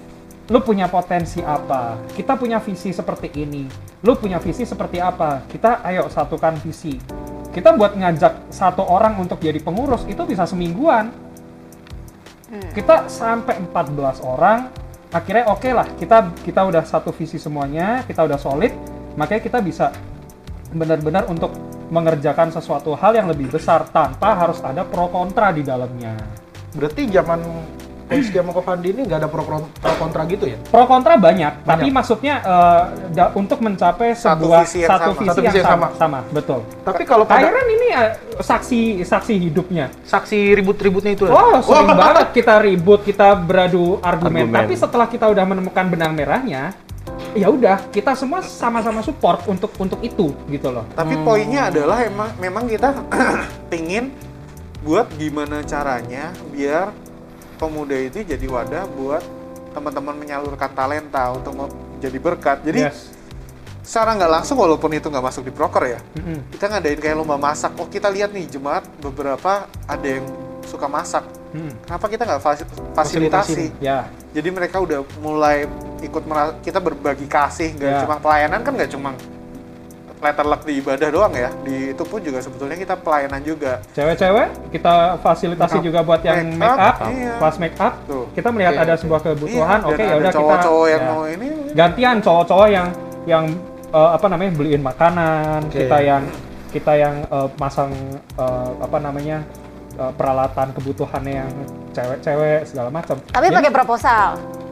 lu punya potensi apa? Kita punya visi seperti ini. Lu punya visi seperti apa? Kita ayo satukan visi. Kita buat ngajak satu orang untuk jadi pengurus itu bisa semingguan. Hmm. Kita sampai empat belas orang, akhirnya oke lah, kita kita udah satu visi semuanya, kita udah solid, makanya kita bisa benar-benar untuk mengerjakan sesuatu hal yang lebih besar tanpa harus ada pro kontra di dalamnya. Berarti zaman Coach Gi sama Ko Fandi ini nggak ada pro, pro kontra gitu ya? Pro kontra banyak, Banyak. tapi maksudnya eh, da- untuk mencapai Satu sebuah visi yang satu sama. visi Satu yang visi yang sama, sama. sama, betul. Tapi kalau pada Kairan ini eh, saksi saksi hidupnya. saksi ribut-ributnya itu ya? Oh, sering banget kita ribut, kita beradu argumen. Argumen. Tapi setelah kita udah menemukan benang merahnya, ya udah kita semua sama-sama support untuk untuk itu gitu loh. Tapi poinnya adalah emang memang kita pingin buat gimana caranya biar pemuda itu jadi wadah buat teman-teman menyalurkan talenta untuk mau jadi berkat. Jadi Yes. secara nggak langsung walaupun itu nggak masuk di proker ya, Mm-mm. kita ngadain kayak lomba masak. Oh kita lihat nih jemaat beberapa ada yang suka masak. Hmm. Kenapa kita nggak fasi- fasilitasi? Ya, Jadi mereka udah mulai ikut mera- kita berbagi kasih, nggak Ya. cuma pelayanan kan nggak cuma letter luck di ibadah doang ya. Di itu pun juga sebetulnya kita pelayanan juga. cewek-cewek kita fasilitasi Make up. juga buat yang Make make up, up, iya. kelas make up. Tuh. Kita melihat Iya, ada oke. sebuah kebutuhan, Iya, oke dan ya ada udah kita cowok-cowok yang ya. mau ini gantian cowok-cowok yang yang eh, apa namanya beliin makanan, Oke. kita yang kita yang eh, masang eh, apa namanya eh, peralatan kebutuhannya yang cewek-cewek segala macam. Tapi Jadi- pakai proposal.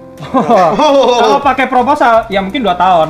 Kalau pakai proposal ya mungkin dua tahun.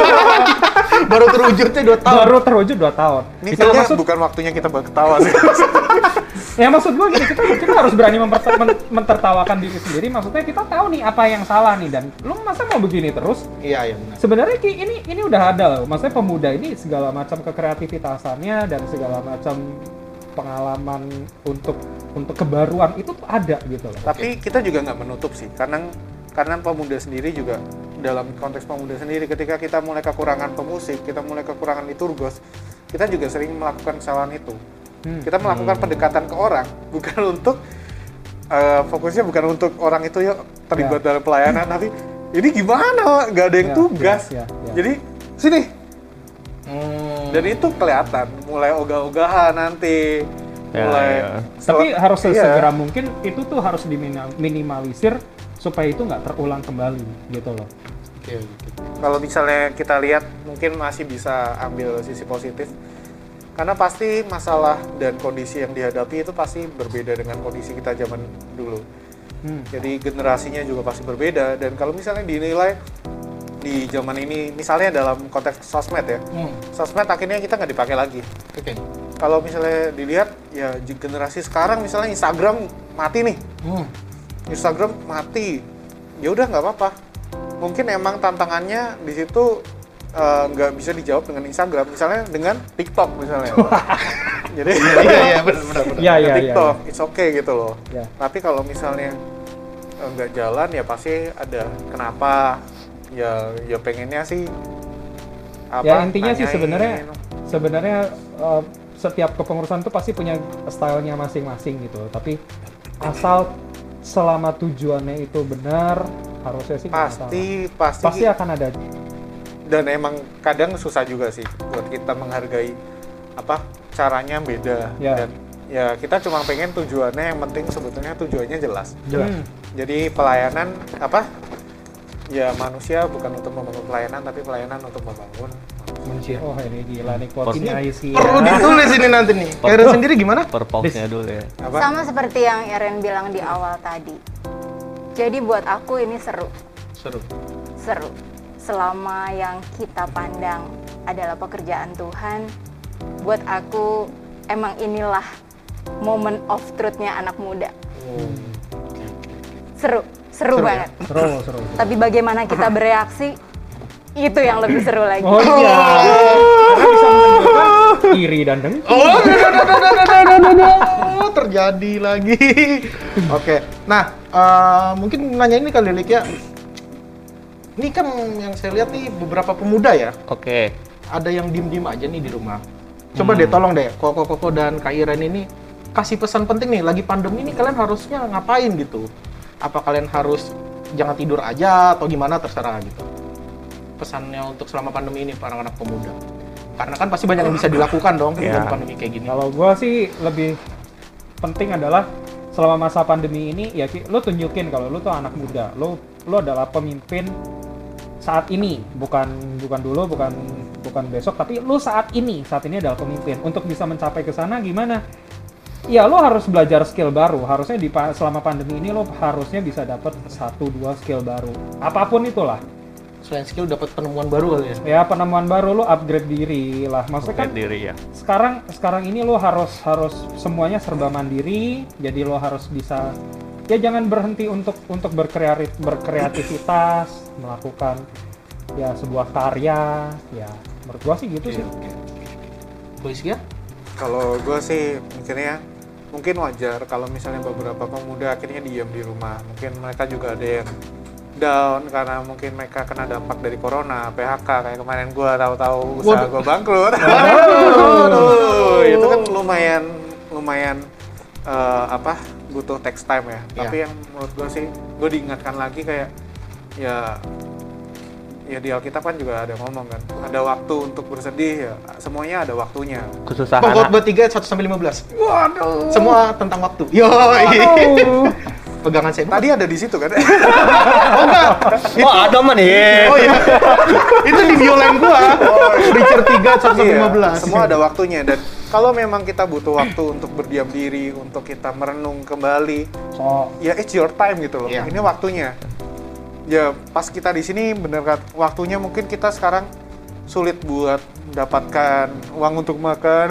Baru terwujudnya dua tahun. Baru terwujud dua tahun. ini Kita kayaknya maksud, bukan waktunya kita berketawa sih. ya maksud gue gini, kita kita harus berani memper- men- mentertawakan diri sendiri. Maksudnya kita tahu nih apa yang salah nih dan lu masa mau begini terus? Iya, iya benar. Sebenarnya Ki, ini ini udah ada loh. Maksudnya pemuda ini segala macam kekreativitasannya dan segala macam pengalaman untuk untuk kebaruan itu tuh ada gitu loh. Tapi kita juga nggak menutup sih, karena karena pemuda sendiri juga dalam konteks pemuda sendiri ketika kita mulai kekurangan pemusik, kita mulai kekurangan liturgos, kita juga sering melakukan kesalahan itu. Hmm. Kita melakukan pendekatan ke orang, bukan untuk eh, fokusnya bukan untuk orang itu yuk terlibat Ya. dalam pelayanan, tapi ini gimana? Nggak ada yang Ya, tugas. ya, ya, ya. Jadi sini. Hmm. Dan itu kelihatan, mulai ogah-ogahan nanti, Ya, mulai. ya. Tapi Setelah- harus iya. sesegera mungkin itu tuh harus diminimalisir supaya itu nggak terulang kembali gitu loh. Oke, oke. Kalau misalnya kita lihat mungkin masih bisa ambil sisi positif karena pasti masalah dan kondisi yang dihadapi itu pasti berbeda dengan kondisi kita zaman dulu. Hmm. Jadi generasinya juga pasti berbeda dan kalau misalnya dinilai di zaman ini misalnya dalam konteks sosmed ya, Hmm. sosmed akhirnya kita nggak dipakai lagi. Oke. Kalau misalnya dilihat ya j- generasi sekarang misalnya Instagram mati nih, Hmm. Instagram mati, ya udah nggak apa-apa. Mungkin emang tantangannya di situ eh, nggak bisa dijawab dengan Instagram, misalnya dengan TikTok misalnya. Jadi Iya, iya, benar, benar, benar. Ya, dengan ya, ya. TikTok, it's okay gitu loh. Ya. Tapi kalau misalnya eh, nggak jalan ya pasti ada kenapa. Ya, ya pengennya sih apa? Ya intinya sih nanyain. sebenarnya sebenarnya eh, setiap kepengurusan itu pasti punya stylenya masing-masing gitu. Tapi asal selama tujuannya itu benar, harusnya sih nggak masalah. pasti pasti pasti akan ada. dan emang kadang susah juga sih buat kita menghargai apa caranya beda Ya. dan ya kita cuma pengen tujuannya yang penting sebetulnya tujuannya jelas. Jelas. Hmm. Jadi pelayanan apa ya manusia bukan untuk membangun pelayanan tapi pelayanan untuk membangun Manusia. Oh ini gila nih Ini quotes-nya Aisy. Perlu ditulis ini nanti nih. Karen sendiri gimana? Purpose-nya dulu ya. apa Sama seperti yang Eren bilang di awal tadi. Jadi buat aku ini seru, Seru. seru. Selama yang kita pandang adalah pekerjaan Tuhan, buat aku emang inilah moment of truth-nya anak muda. Seru, seru, Seru ya? banget. Seru, seru. Tapi bagaimana kita bereaksi, itu yang lebih seru lagi. Oh iya. Karena bisa menimbulkan iri dan dengki. Oh, no, no, no, no, no, no, no, no, no. Terjadi lagi. Oke, nah eh, mungkin nanya ini kali Lik ya. Ini kan yang saya lihat nih beberapa pemuda ya, Oke. ada yang diem-diem aja nih di rumah. Coba deh tolong deh, Koko Koko dan Kak Iren ini kasih pesan penting nih, lagi pandemi ini kalian harusnya ngapain gitu? Apa kalian harus jangan tidur aja atau gimana terserah gitu. Pesannya untuk selama pandemi ini para anak pemuda. Karena kan pasti banyak yang bisa dilakukan dong Iya. dalam pandemi kayak gini. Kalau gua sih lebih penting adalah selama masa pandemi ini ya Ki, lu tunjukin kalau lu tuh anak muda, lu lu adalah pemimpin saat ini, bukan bukan dulu, bukan bukan besok, tapi lu saat ini, saat ini adalah pemimpin. Untuk bisa mencapai ke sana gimana? Ya lu harus belajar skill baru. Harusnya di pa- selama pandemi ini lu harusnya bisa dapat satu dua skill baru. Apapun itulah. Selain skill dapat penemuan baru kali ya. Ya penemuan baru lu upgrade diri lah. Maksudnya kan Upgrade diri ya. sekarang sekarang ini lo harus harus semuanya serba mandiri, jadi lo harus bisa ya jangan berhenti untuk untuk berkreatif berkreativitas, melakukan ya sebuah karya. Ya menurut gua sih gitu sih. Boys ya? Kalau gue sih mikirnya mungkin wajar kalau misalnya beberapa pemuda akhirnya diam di rumah. Mungkin mereka juga ada yang down karena mungkin mereka kena dampak dari corona, P H K kayak kemarin gue tahu-tahu usaha gue bangkrut. Aduh, itu kan lumayan lumayan eh, apa butuh text time ya. Tapi yang menurut gue sih gue diingatkan lagi kayak ya ya di Alkitab kan juga ada ngomong kan, ada waktu untuk bersedih ya, semuanya ada waktunya. Khusus Pokok anak. bertiga satu sampai lima belas. Waduh. Semua tentang waktu. Yoi. Pegangan saya. Tadi ada di situ kan? Oh, ada mah nih. Oh iya. Itu di bio line gua. Richard tiga satu sampai lima belas. Semua ada waktunya dan kalau memang kita butuh waktu untuk berdiam diri, untuk kita merenung kembali, So, ya it's your time gitu loh. Iya. Ini waktunya. Ya pas kita di sini bener kan waktunya mungkin kita sekarang sulit buat mendapatkan uang untuk makan.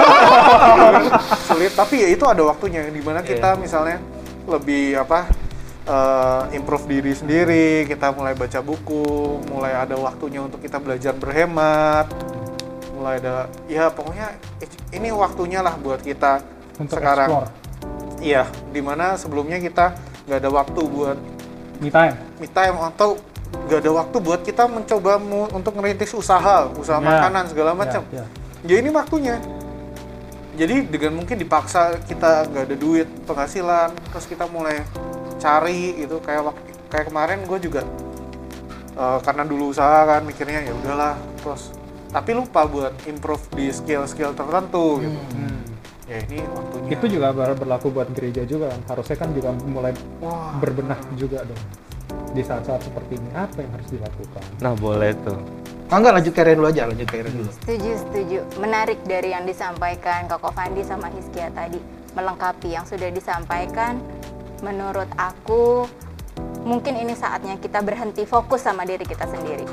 Sulit, tapi ya itu ada waktunya di mana kita misalnya lebih apa eh, improve diri sendiri, kita mulai baca buku, mulai ada waktunya untuk kita belajar berhemat, mulai ada ya pokoknya ini waktunya lah buat kita untuk sekarang. explore, Iya, dimana sebelumnya kita nggak ada waktu buat me time. me time atau nggak ada waktu buat kita mencoba mu- untuk merintis usaha, usaha Ya. makanan segala macam. Ya, ya. Ya ini waktunya. Jadi dengan mungkin dipaksa kita nggak ada duit penghasilan, terus kita mulai cari gitu kayak wak- kayak kemarin gue juga eh, karena dulu usaha kan mikirnya ya udahlah terus tapi lupa buat improve di skill-skill tertentu gitu. Hmm. Ya ini waktunya. Itu juga ber- berlaku buat gereja juga kan. Harusnya kan juga mulai berbenah juga dong. Di saat-saat seperti ini apa yang harus dilakukan? Nah, boleh tuh. Ah, enggak, lanjut Karen dulu aja, lanjut Karen dulu. Setuju, setuju. Menarik dari yang disampaikan Koko Fandi sama Hizkia tadi. Melengkapi yang sudah disampaikan, menurut aku, mungkin ini saatnya kita berhenti fokus sama diri kita sendiri.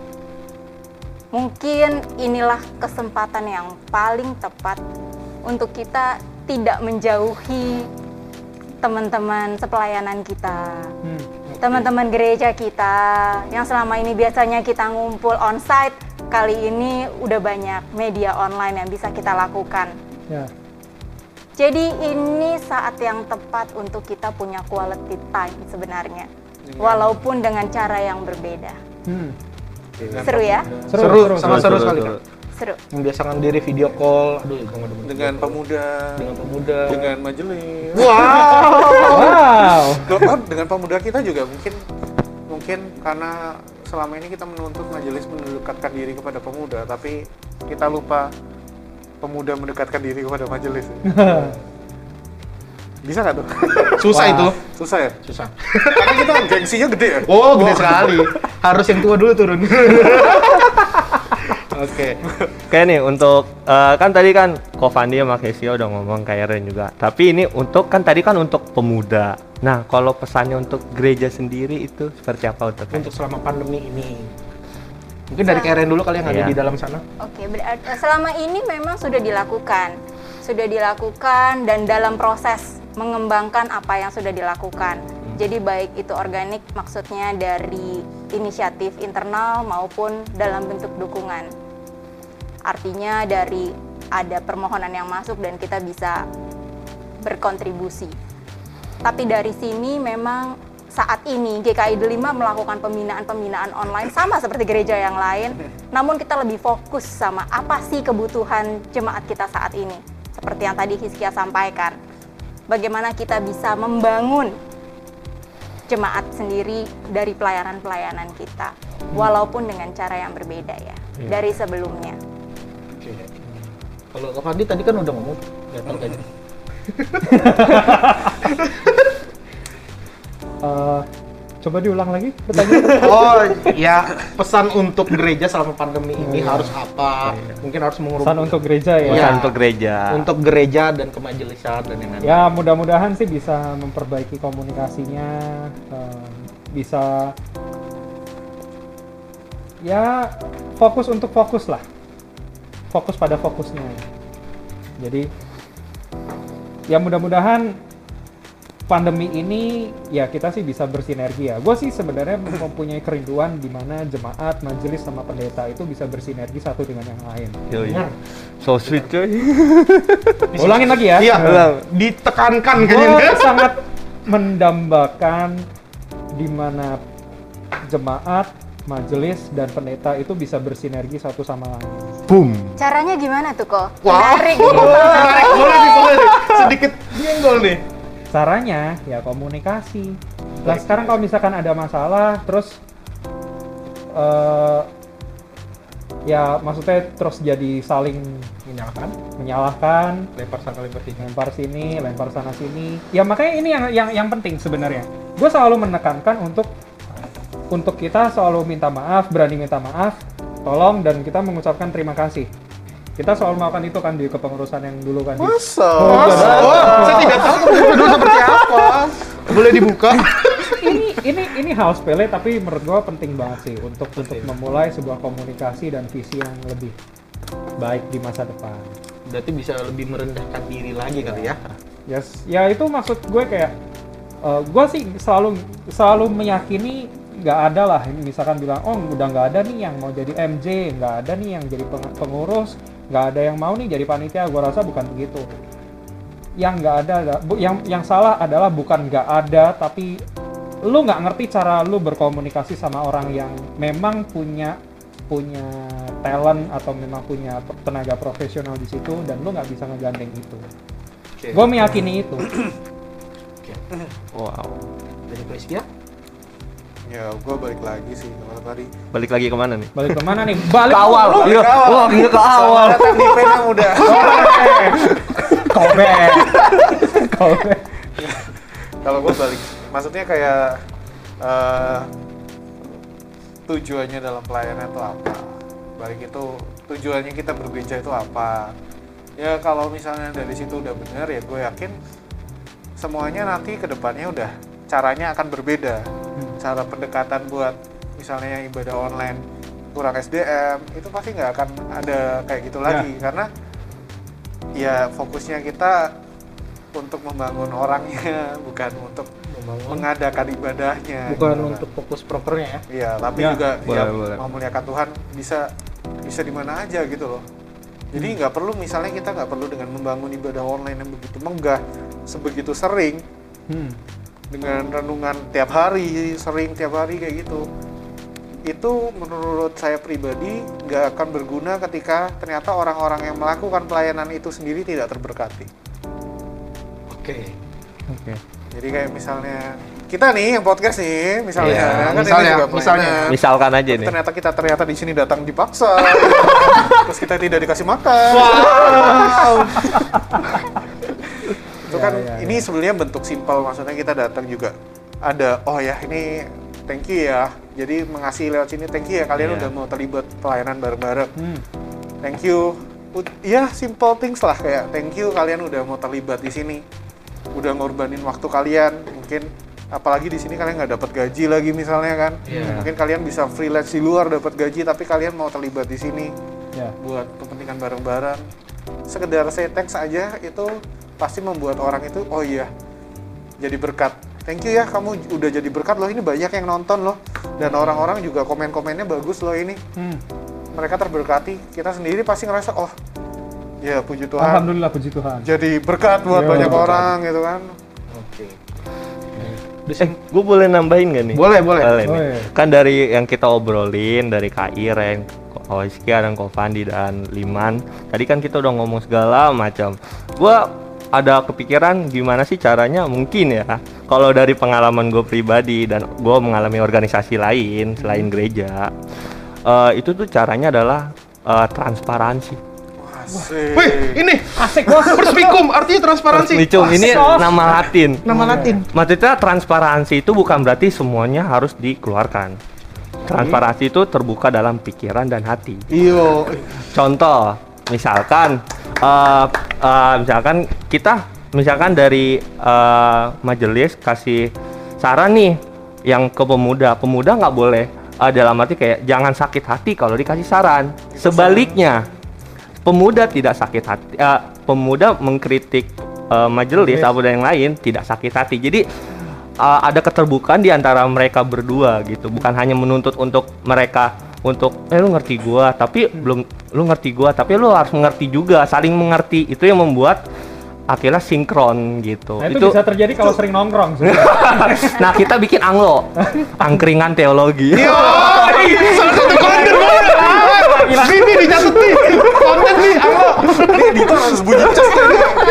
Mungkin inilah kesempatan yang paling tepat untuk kita tidak menjauhi teman-teman sepelayanan kita. Hmm. Teman-teman gereja kita yang selama ini biasanya kita ngumpul onsite, kali ini udah banyak media online yang bisa kita lakukan. Ya. Jadi ini saat yang tepat untuk kita punya quality time sebenarnya, walaupun dengan cara yang berbeda. Hmm. Seru ya? Seru, sama seru sekali kan. Seru. Membiasakan diri video call. Aduh, gua nggak demen. dengan pemuda, dengan pemuda. dengan majelis. Wow. Wow. Loh, dengan pemuda kita juga mungkin mungkin karena selama ini kita menuntut majelis mendekatkan diri kepada pemuda, tapi kita lupa pemuda mendekatkan diri kepada majelis. Bisa nggak tuh? Susah Wah. itu. Susah ya? Susah. Karena kita gengsinya gede ya? Oh, gede sekali. Harus yang tua dulu turun. Oke. Kayak nih untuk eh, kan tadi kan Ko Fandi sama Kezia udah ngomong kayak Ren juga. Tapi ini untuk kan tadi kan untuk pemuda. Nah, kalau pesannya untuk gereja sendiri itu seperti apa untuk Untuk selama pandemi ini. Mungkin dari Karen dulu kali yang ada Iya. di dalam sana. Oke, berarti selama ini memang sudah dilakukan. Sudah dilakukan dan dalam proses mengembangkan apa yang sudah dilakukan. Jadi baik itu organik maksudnya dari inisiatif internal maupun dalam bentuk dukungan. Artinya dari ada permohonan yang masuk dan kita bisa berkontribusi. Tapi dari sini memang saat ini G K I Delima melakukan pembinaan-pembinaan online sama seperti gereja yang lain, namun kita lebih fokus sama apa sih kebutuhan jemaat kita saat ini. Seperti yang tadi Hizkia sampaikan, bagaimana kita bisa membangun jemaat sendiri dari pelayanan-pelayanan kita, walaupun dengan cara yang berbeda ya dari sebelumnya. Oke. Kalau Kak Fandi tadi kan udah ngomong, nggak terkait. Eh, coba diulang lagi pertanyaan. Oh ya, pesan untuk gereja selama pandemi ini Oh, iya. harus apa? Mungkin harus mengurus Pesan untuk gereja ya. Iya. Pesan untuk gereja. untuk gereja dan kemajelisan dan yang lain. Ya mudah-mudahan sih bisa memperbaiki komunikasinya, eh, bisa ya fokus untuk fokus lah, fokus pada fokusnya. Jadi ya mudah-mudahan pandemi ini ya kita sih bisa bersinergi ya. Gue sih sebenarnya mempunyai kerinduan di mana jemaat, majelis sama pendeta itu bisa bersinergi satu dengan yang lain. Yoi. So sweet coy. Ulangin lagi ya. Iya, Ulang. ditekankan Gue kayaknya. sangat mendambakan di mana jemaat, majelis dan pendeta itu bisa bersinergi satu sama lain. Boom. Caranya gimana tuh kok? Wah, Menarik. menarik, boleh nih, boleh nih. Sedikit nyenggol nih. Caranya ya komunikasi. Nah sekarang kalau misalkan ada masalah, terus eh ya maksudnya terus jadi saling Menyalahkan, menyalahkan, lempar sana lempar sini. lempar sini, lempar sana sini. Ya makanya ini yang yang yang penting sebenarnya. Gue selalu menekankan untuk untuk kita selalu minta maaf, berani minta maaf, tolong dan kita mengucapkan terima kasih. Kita selalu melakukan itu kan di kepengurusan yang dulu kan. di- Masa? Oh, Mas, enggak. oh, saya tidak tahu dulu seperti apa. Boleh dibuka? ini ini ini hal sepele tapi menurut gue penting banget sih untuk untuk memulai sebuah komunikasi dan visi yang lebih baik di masa depan. Berarti bisa lebih merendahkan diri lagi kali ya? Yes, ya itu maksud gue kayak gue sih selalu selalu meyakini nggak ada lah misalkan bilang oh udah nggak ada nih yang mau jadi M J, nggak ada nih yang jadi peng- pengurus, nggak ada yang mau nih jadi panitia. Gue rasa bukan begitu. Yang nggak ada, bu- yang yang salah adalah bukan nggak ada, tapi lu nggak ngerti cara lu berkomunikasi sama orang yang memang punya punya talent atau memang punya tenaga profesional di situ dan lu nggak bisa ngegandeng itu. Oke. Gue meyakini itu. Oke. Wow. Dari Pak Iskia? Ya, gue balik lagi sih kalau tadi. Balik lagi kemana nih? Balik kemana nih? Balik Ke awal. dulu. Iya. Wah, iya ke awal. Soalnya kan di pena udah. Kobe. Kobe. Kalau gue balik, maksudnya kayak eh, tujuannya dalam pelayanan itu apa? Balik itu tujuannya kita bergereja itu apa? Ya kalau misalnya dari situ udah bener ya gue yakin semuanya nanti ke depannya udah caranya akan berbeda. Cara pendekatan buat misalnya yang ibadah online kurang S D M itu pasti nggak akan ada kayak gitu lagi karena ya fokusnya kita untuk membangun orangnya bukan untuk Membangun. mengadakan ibadahnya Bukan gitu kan. untuk fokus prokernya ya? Iya, tapi Ya, juga boleh, ya, boleh. memuliakan Tuhan bisa bisa di mana aja gitu loh. Jadi nggak perlu misalnya kita nggak perlu dengan membangun ibadah online yang begitu megah, sebegitu sering Hmm. dengan renungan tiap hari, sering tiap hari kayak gitu. Itu menurut saya pribadi nggak akan berguna ketika ternyata orang-orang yang melakukan pelayanan itu sendiri tidak terberkati. Oke. Oke. Jadi kayak misalnya kita nih yang podcast nih, misalnya, Iya, kan ini misalnya, juga misalnya. pelayanan. Misalkan aja nih. Ternyata kita ternyata di sini datang dipaksa, terus kita tidak dikasih makan. Itu kan Ya, ya, ini sebenarnya bentuk simpel, maksudnya kita datang juga ada, oh ya ini thank you ya, jadi mengasihi lewat sini thank you ya kalian Iya. udah mau terlibat pelayanan bareng-bareng, Hmm. thank you, Ud- ya simple things lah kayak thank you kalian udah mau terlibat di sini, udah ngorbanin waktu kalian, mungkin apalagi di sini kalian nggak dapat gaji lagi misalnya kan, Iya. mungkin kalian bisa freelance di luar dapat gaji tapi kalian mau terlibat di sini Ya. buat kepentingan bareng-bareng, sekedar say thanks aja itu pasti membuat orang itu oh iya jadi berkat. Thank you ya kamu udah jadi berkat loh, ini banyak yang nonton loh dan orang-orang juga komen-komennya bagus loh ini. Hmm. Mereka terberkati, kita sendiri pasti ngerasa oh ya puji Tuhan Alhamdulillah puji Tuhan. jadi berkat buat Ya, banyak betul. orang gitu kan. Oke. Eh, gue boleh nambahin gak nih? Boleh, boleh. nih. Boleh. Kan dari yang kita obrolin, dari Kak Iren, Ko Iskia, dan Ko Fandi, dan Liman, tadi kan kita udah ngomong segala macam. Gue ada kepikiran gimana sih caranya mungkin ya kalau dari pengalaman gue pribadi dan gue mengalami organisasi lain selain gereja, uh, itu tuh caranya adalah uh, transparansi. Asik. Wih, ini Asik bos. perspikum artinya transparansi. Persmicum ini Bos. nama Latin. Nama Latin. Maksudnya transparansi itu bukan berarti semuanya harus dikeluarkan. Transparansi itu terbuka dalam pikiran dan hati. Iyo. Contoh, misalkan, uh, uh, misalkan kita, misalkan dari uh, majelis kasih saran nih, yang ke pemuda, pemuda nggak boleh uh, dalam arti kayak jangan sakit hati kalau dikasih saran. Sebaliknya, pemuda tidak sakit hati, uh, pemuda mengkritik uh, majelis atau yang lain tidak sakit hati. Jadi uh, ada keterbukaan di antara mereka berdua gitu, bukan hanya menuntut untuk mereka untuk eh lu ngerti gua tapi belum lu ngerti gua tapi lu harus mengerti juga, saling mengerti. Itu yang membuat akhirnya sinkron gitu. Nah, itu, bisa terjadi kalau sering nongkrong. Nah, kita bikin anglo, angkringan teologi. Yo, salah satu konten banget. Ini dicatat nih, konten nih, halo. Ini editor harus bunyi ces tuh.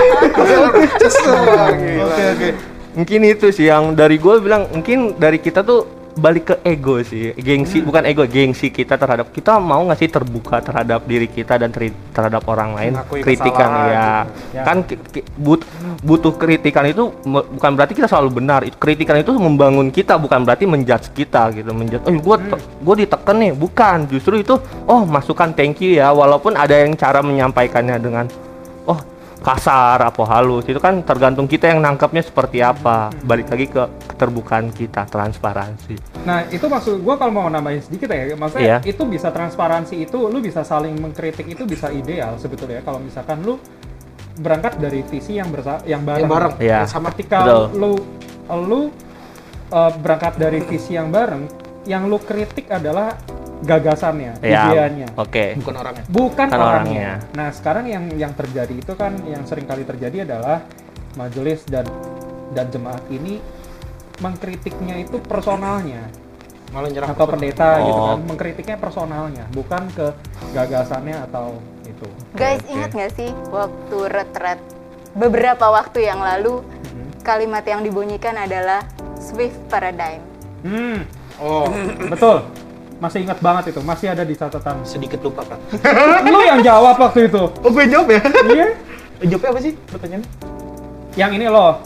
Ces tuh. Oke oke. Mungkin itu sih yang dari gue bilang, mungkin dari kita tuh balik ke ego sih, gengsi, bukan ego, gengsi kita terhadap, kita mau nggak sih terbuka terhadap diri kita dan teri- terhadap orang lain. Mengakui Kritikan kesalahan ya, Ya. kan ki- ki- but, butuh kritikan itu me- bukan berarti kita selalu benar. Itu kritikan itu membangun kita, bukan berarti menjudge kita gitu, menjudge. Oh, gue te- gue diteken nih, bukan. Justru itu, oh masukan, thank you ya. Walaupun ada yang cara menyampaikannya dengan, oh kasar apa halus, itu kan tergantung kita yang nangkapnya seperti apa. Balik lagi ke keterbukaan kita, transparansi. Nah, itu maksud gua kalau mau nambahin sedikit ya, maksudnya Iya. itu bisa transparansi itu, lu bisa saling mengkritik itu bisa ideal sebetulnya kalau misalkan lu berangkat dari visi yang bersa yang bareng. Yang bareng. Iya. Sama Ketika Betul. lu lu uh, berangkat dari visi yang bareng, yang lu kritik adalah gagasannya, Ya, idenya. oke. bukan orangnya. Bukan Bukan orangnya. orangnya. Nah, sekarang yang yang terjadi itu kan yang sering kali terjadi adalah majelis dan dan jemaat ini mengkritiknya itu personalnya Malah nyerang atau personal. pendeta gitu Oh. kan, mengkritiknya personalnya, bukan ke gagasannya atau itu. Guys, Oke. ingat nggak sih waktu retret beberapa waktu yang lalu kalimat yang dibunyikan adalah Swift Paradigm. Hmm, Oh, betul. Masih ingat banget itu, masih ada di catatan. sedikit lupa kan. Lu yang jawab waktu itu. Oh, gue jawab ya? Iya. Jawabnya apa sih pertanyaannya? Yang ini loh.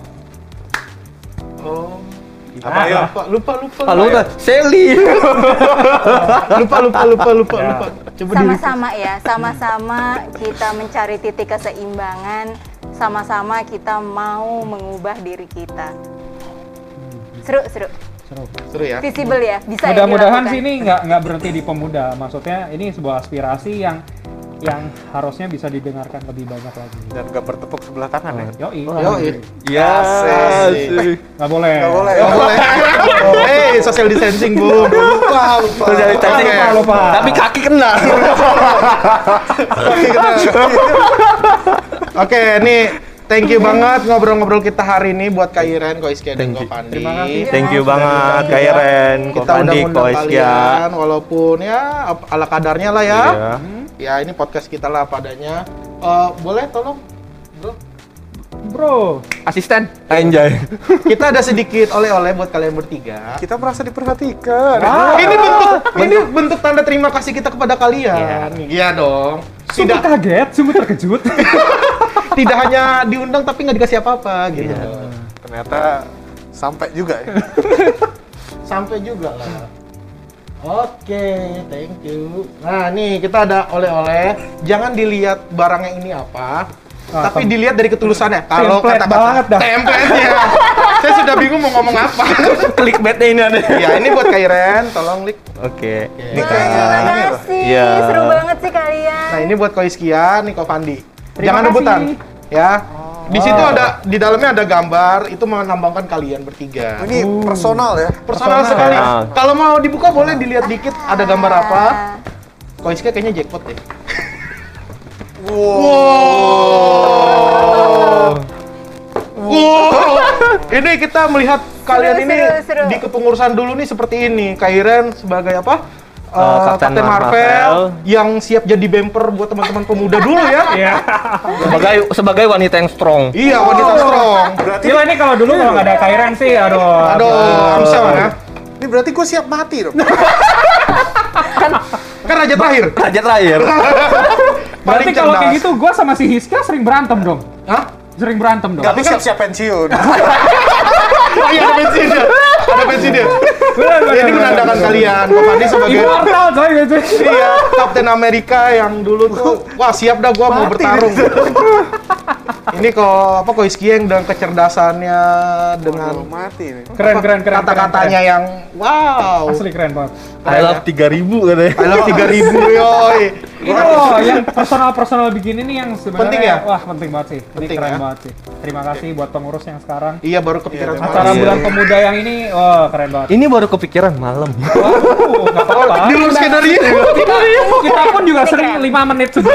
Oh, Apa ya? lupa, lupa, lupa. Halo udah, Sally. lupa, lupa, lupa, lupa, Ya. lupa. Coba di Sama-sama ya, sama-sama kita mencari titik keseimbangan, sama-sama kita mau mengubah diri kita. Seru, seru. Seru. seru ya. Visible ya, bisa ya Mudah-mudahan dilakukan. sih ini nggak nggak berhenti di pemuda. Maksudnya ini sebuah aspirasi yang yang harusnya bisa didengarkan lebih banyak lagi. Dan gak bertepuk sebelah tangan ya. Yoi. Yoi. Ya, Asik. Nggak boleh. Gak boleh. Nggak boleh. Eh, social distancing, Bu. Lupa, lupa. Social distancing. Lupa, lupa. Tapi kaki kena. Oke, nih thank you banget ngobrol-ngobrol kita hari ini buat Kak Iren, Ko Iskia, dan Thank Ko you. Pandi. Terima kasih. Thank you banget, Kak Iren, Ko Kita Pandi, undang-undang Ko Iskia. kalian, walaupun ya ap- ala kadarnya lah ya. Iya. Ya, ini podcast kita lah padanya. Eh, boleh tolong, bro? Bro, Asisten, anjay. Kita ada sedikit oleh-oleh buat kalian bertiga. Kita merasa diperhatikan. Ini bentuk, ini bentuk tanda terima kasih kita kepada kalian. Iya dong. sungguh Tidak, kaget, sungguh terkejut. tidak hanya diundang tapi nggak dikasih apa-apa gitu. Ternyata sampai juga ya. Sampai juga lah. Oke, thank you. Nah, nih kita ada oleh-oleh. Jangan dilihat barangnya ini apa, Ah, tapi tem- dilihat dari ketulusannya. Kalau Template kata-kata banget dah. template-nya. Saya sudah bingung mau ngomong apa. Clickbaitnya ini ada. Ya, ini buat Kak Iren, tolong Lik. Oke. Ini Wah, kayaknya terima ini loh. kasih, Iya. seru banget sih kalian. Nah, ini buat Ko Iskia, nih Ko Pandi. Terima Jangan kasih. rebutan, ya. Di situ ada, di dalamnya ada gambar, itu menambangkan kalian bertiga. Ini personal ya. Personal personal. sekali. Personal. Kalau mau dibuka boleh dilihat dikit ada gambar apa. Ko Iskia kayaknya jackpot deh. Wow. Wow. Ini kita melihat kalian Seru, ini seru, seru. di kepengurusan dulu nih seperti ini. Kak Iren sebagai apa? uh, Captain Captain Marvel, Marvel. yang siap jadi bumper buat teman-teman pemuda dulu ya. Iya. sebagai sebagai wanita yang strong. Iya, wanita strong. Berarti Gila ini kalau dulu kalau nggak ada Kairan sih, aduh. Aduh, Amsel ya. ini berarti gue siap mati dong. Kan raja terakhir. Raja terakhir. Berarti Paling kalau kayak cerdas. gitu, gua sama si Hiska sering berantem dong. Hah? Sering berantem dong. Tapi siap-siap pensiun. Oh iya, ada pensiun dia. Ada pensiun dia. Jadi menandakan kalian, Kok Fandi sebagai Immortal coy gitu. iya, Captain America yang dulu tuh, wah siap dah gua mau Mati. bertarung. Ini kok apa kok Iski yang dengan kecerdasannya dengan Aduh, mati nih. Keren, keren, keren. kata-katanya keren, yang wow. keren. Asli keren banget. I love tiga ribu katanya. I love tiga ribu yoi. Ini loh, yang personal-personal begini nih yang sebenarnya Penting ya? wah penting banget sih. Ini Penting keren ya? banget sih. Terima kasih buat pengurus yang sekarang. Iya baru kepikiran Iya, sama Acara Iya. bulan pemuda yang ini, wah keren banget. Ini baru kepikiran malam. Waduh, nggak apa-apa. di luar skenario. Kita, kita pun juga sering lima menit sebelum.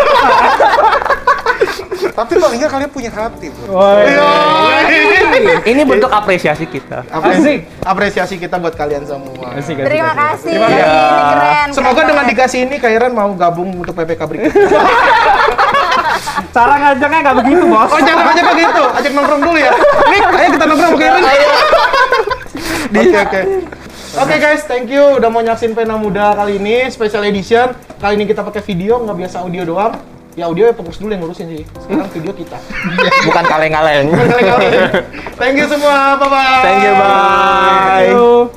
Tapi paling nggak kalian punya hati, bro. Woi. Yoi. Ini bentuk apresiasi kita. Apresi- Asik. Apresiasi kita buat kalian semua. Asik, asik, Terima asik. kasih. Terima Ini kasih. keren. Semoga keren dengan banget. dikasih ini Kairan mau gabung untuk P P K berikutnya. Cara ngajaknya nggak begitu, Bos. Oh jangan aja kayak gitu, ajak nongkrong dulu ya. Nih, ayo kita nongkrong sama Kairan. Oke oke. Oke guys, thank you udah mau nyaksin Pena Muda kali ini special edition. Kali ini kita pakai video, nggak biasa audio doang. Ya audio ya fokus dulu yang ngurusin sih. Sekarang video kita. Bukan kaleng-kaleng. Kali-kali. Thank you semua, bye bye. Thank you, bye. Thank you.